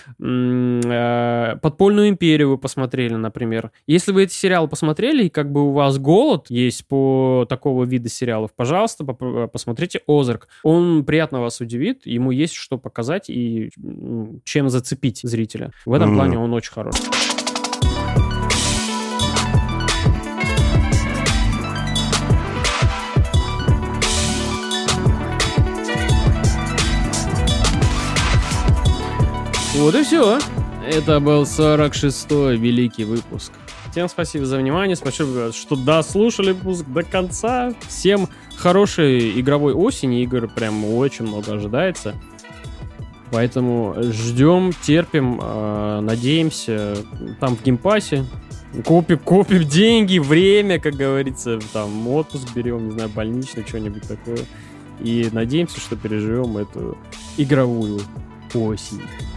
э, «Подпольную империю» вы посмотрели, например. Если вы эти сериалы посмотрели, и как бы у вас голод есть по такого вида сериалов, пожалуйста, поп- посмотрите «Озарк». Он приятно вас удивит, ему есть что показать и чем зацепить зрителя. В этом mm-hmm. плане он очень хорош. Вот и все. Это был сорок шестой великий выпуск. Всем спасибо за внимание, спасибо, что дослушали выпуск до конца. Всем хорошей игровой осени, игр прям очень много ожидается. Поэтому ждем, терпим, э, надеемся. Там в геймпассе копим, копим деньги, время, как говорится, там отпуск берем, не знаю, больничный, что-нибудь такое. И надеемся, что переживем эту игровую осень.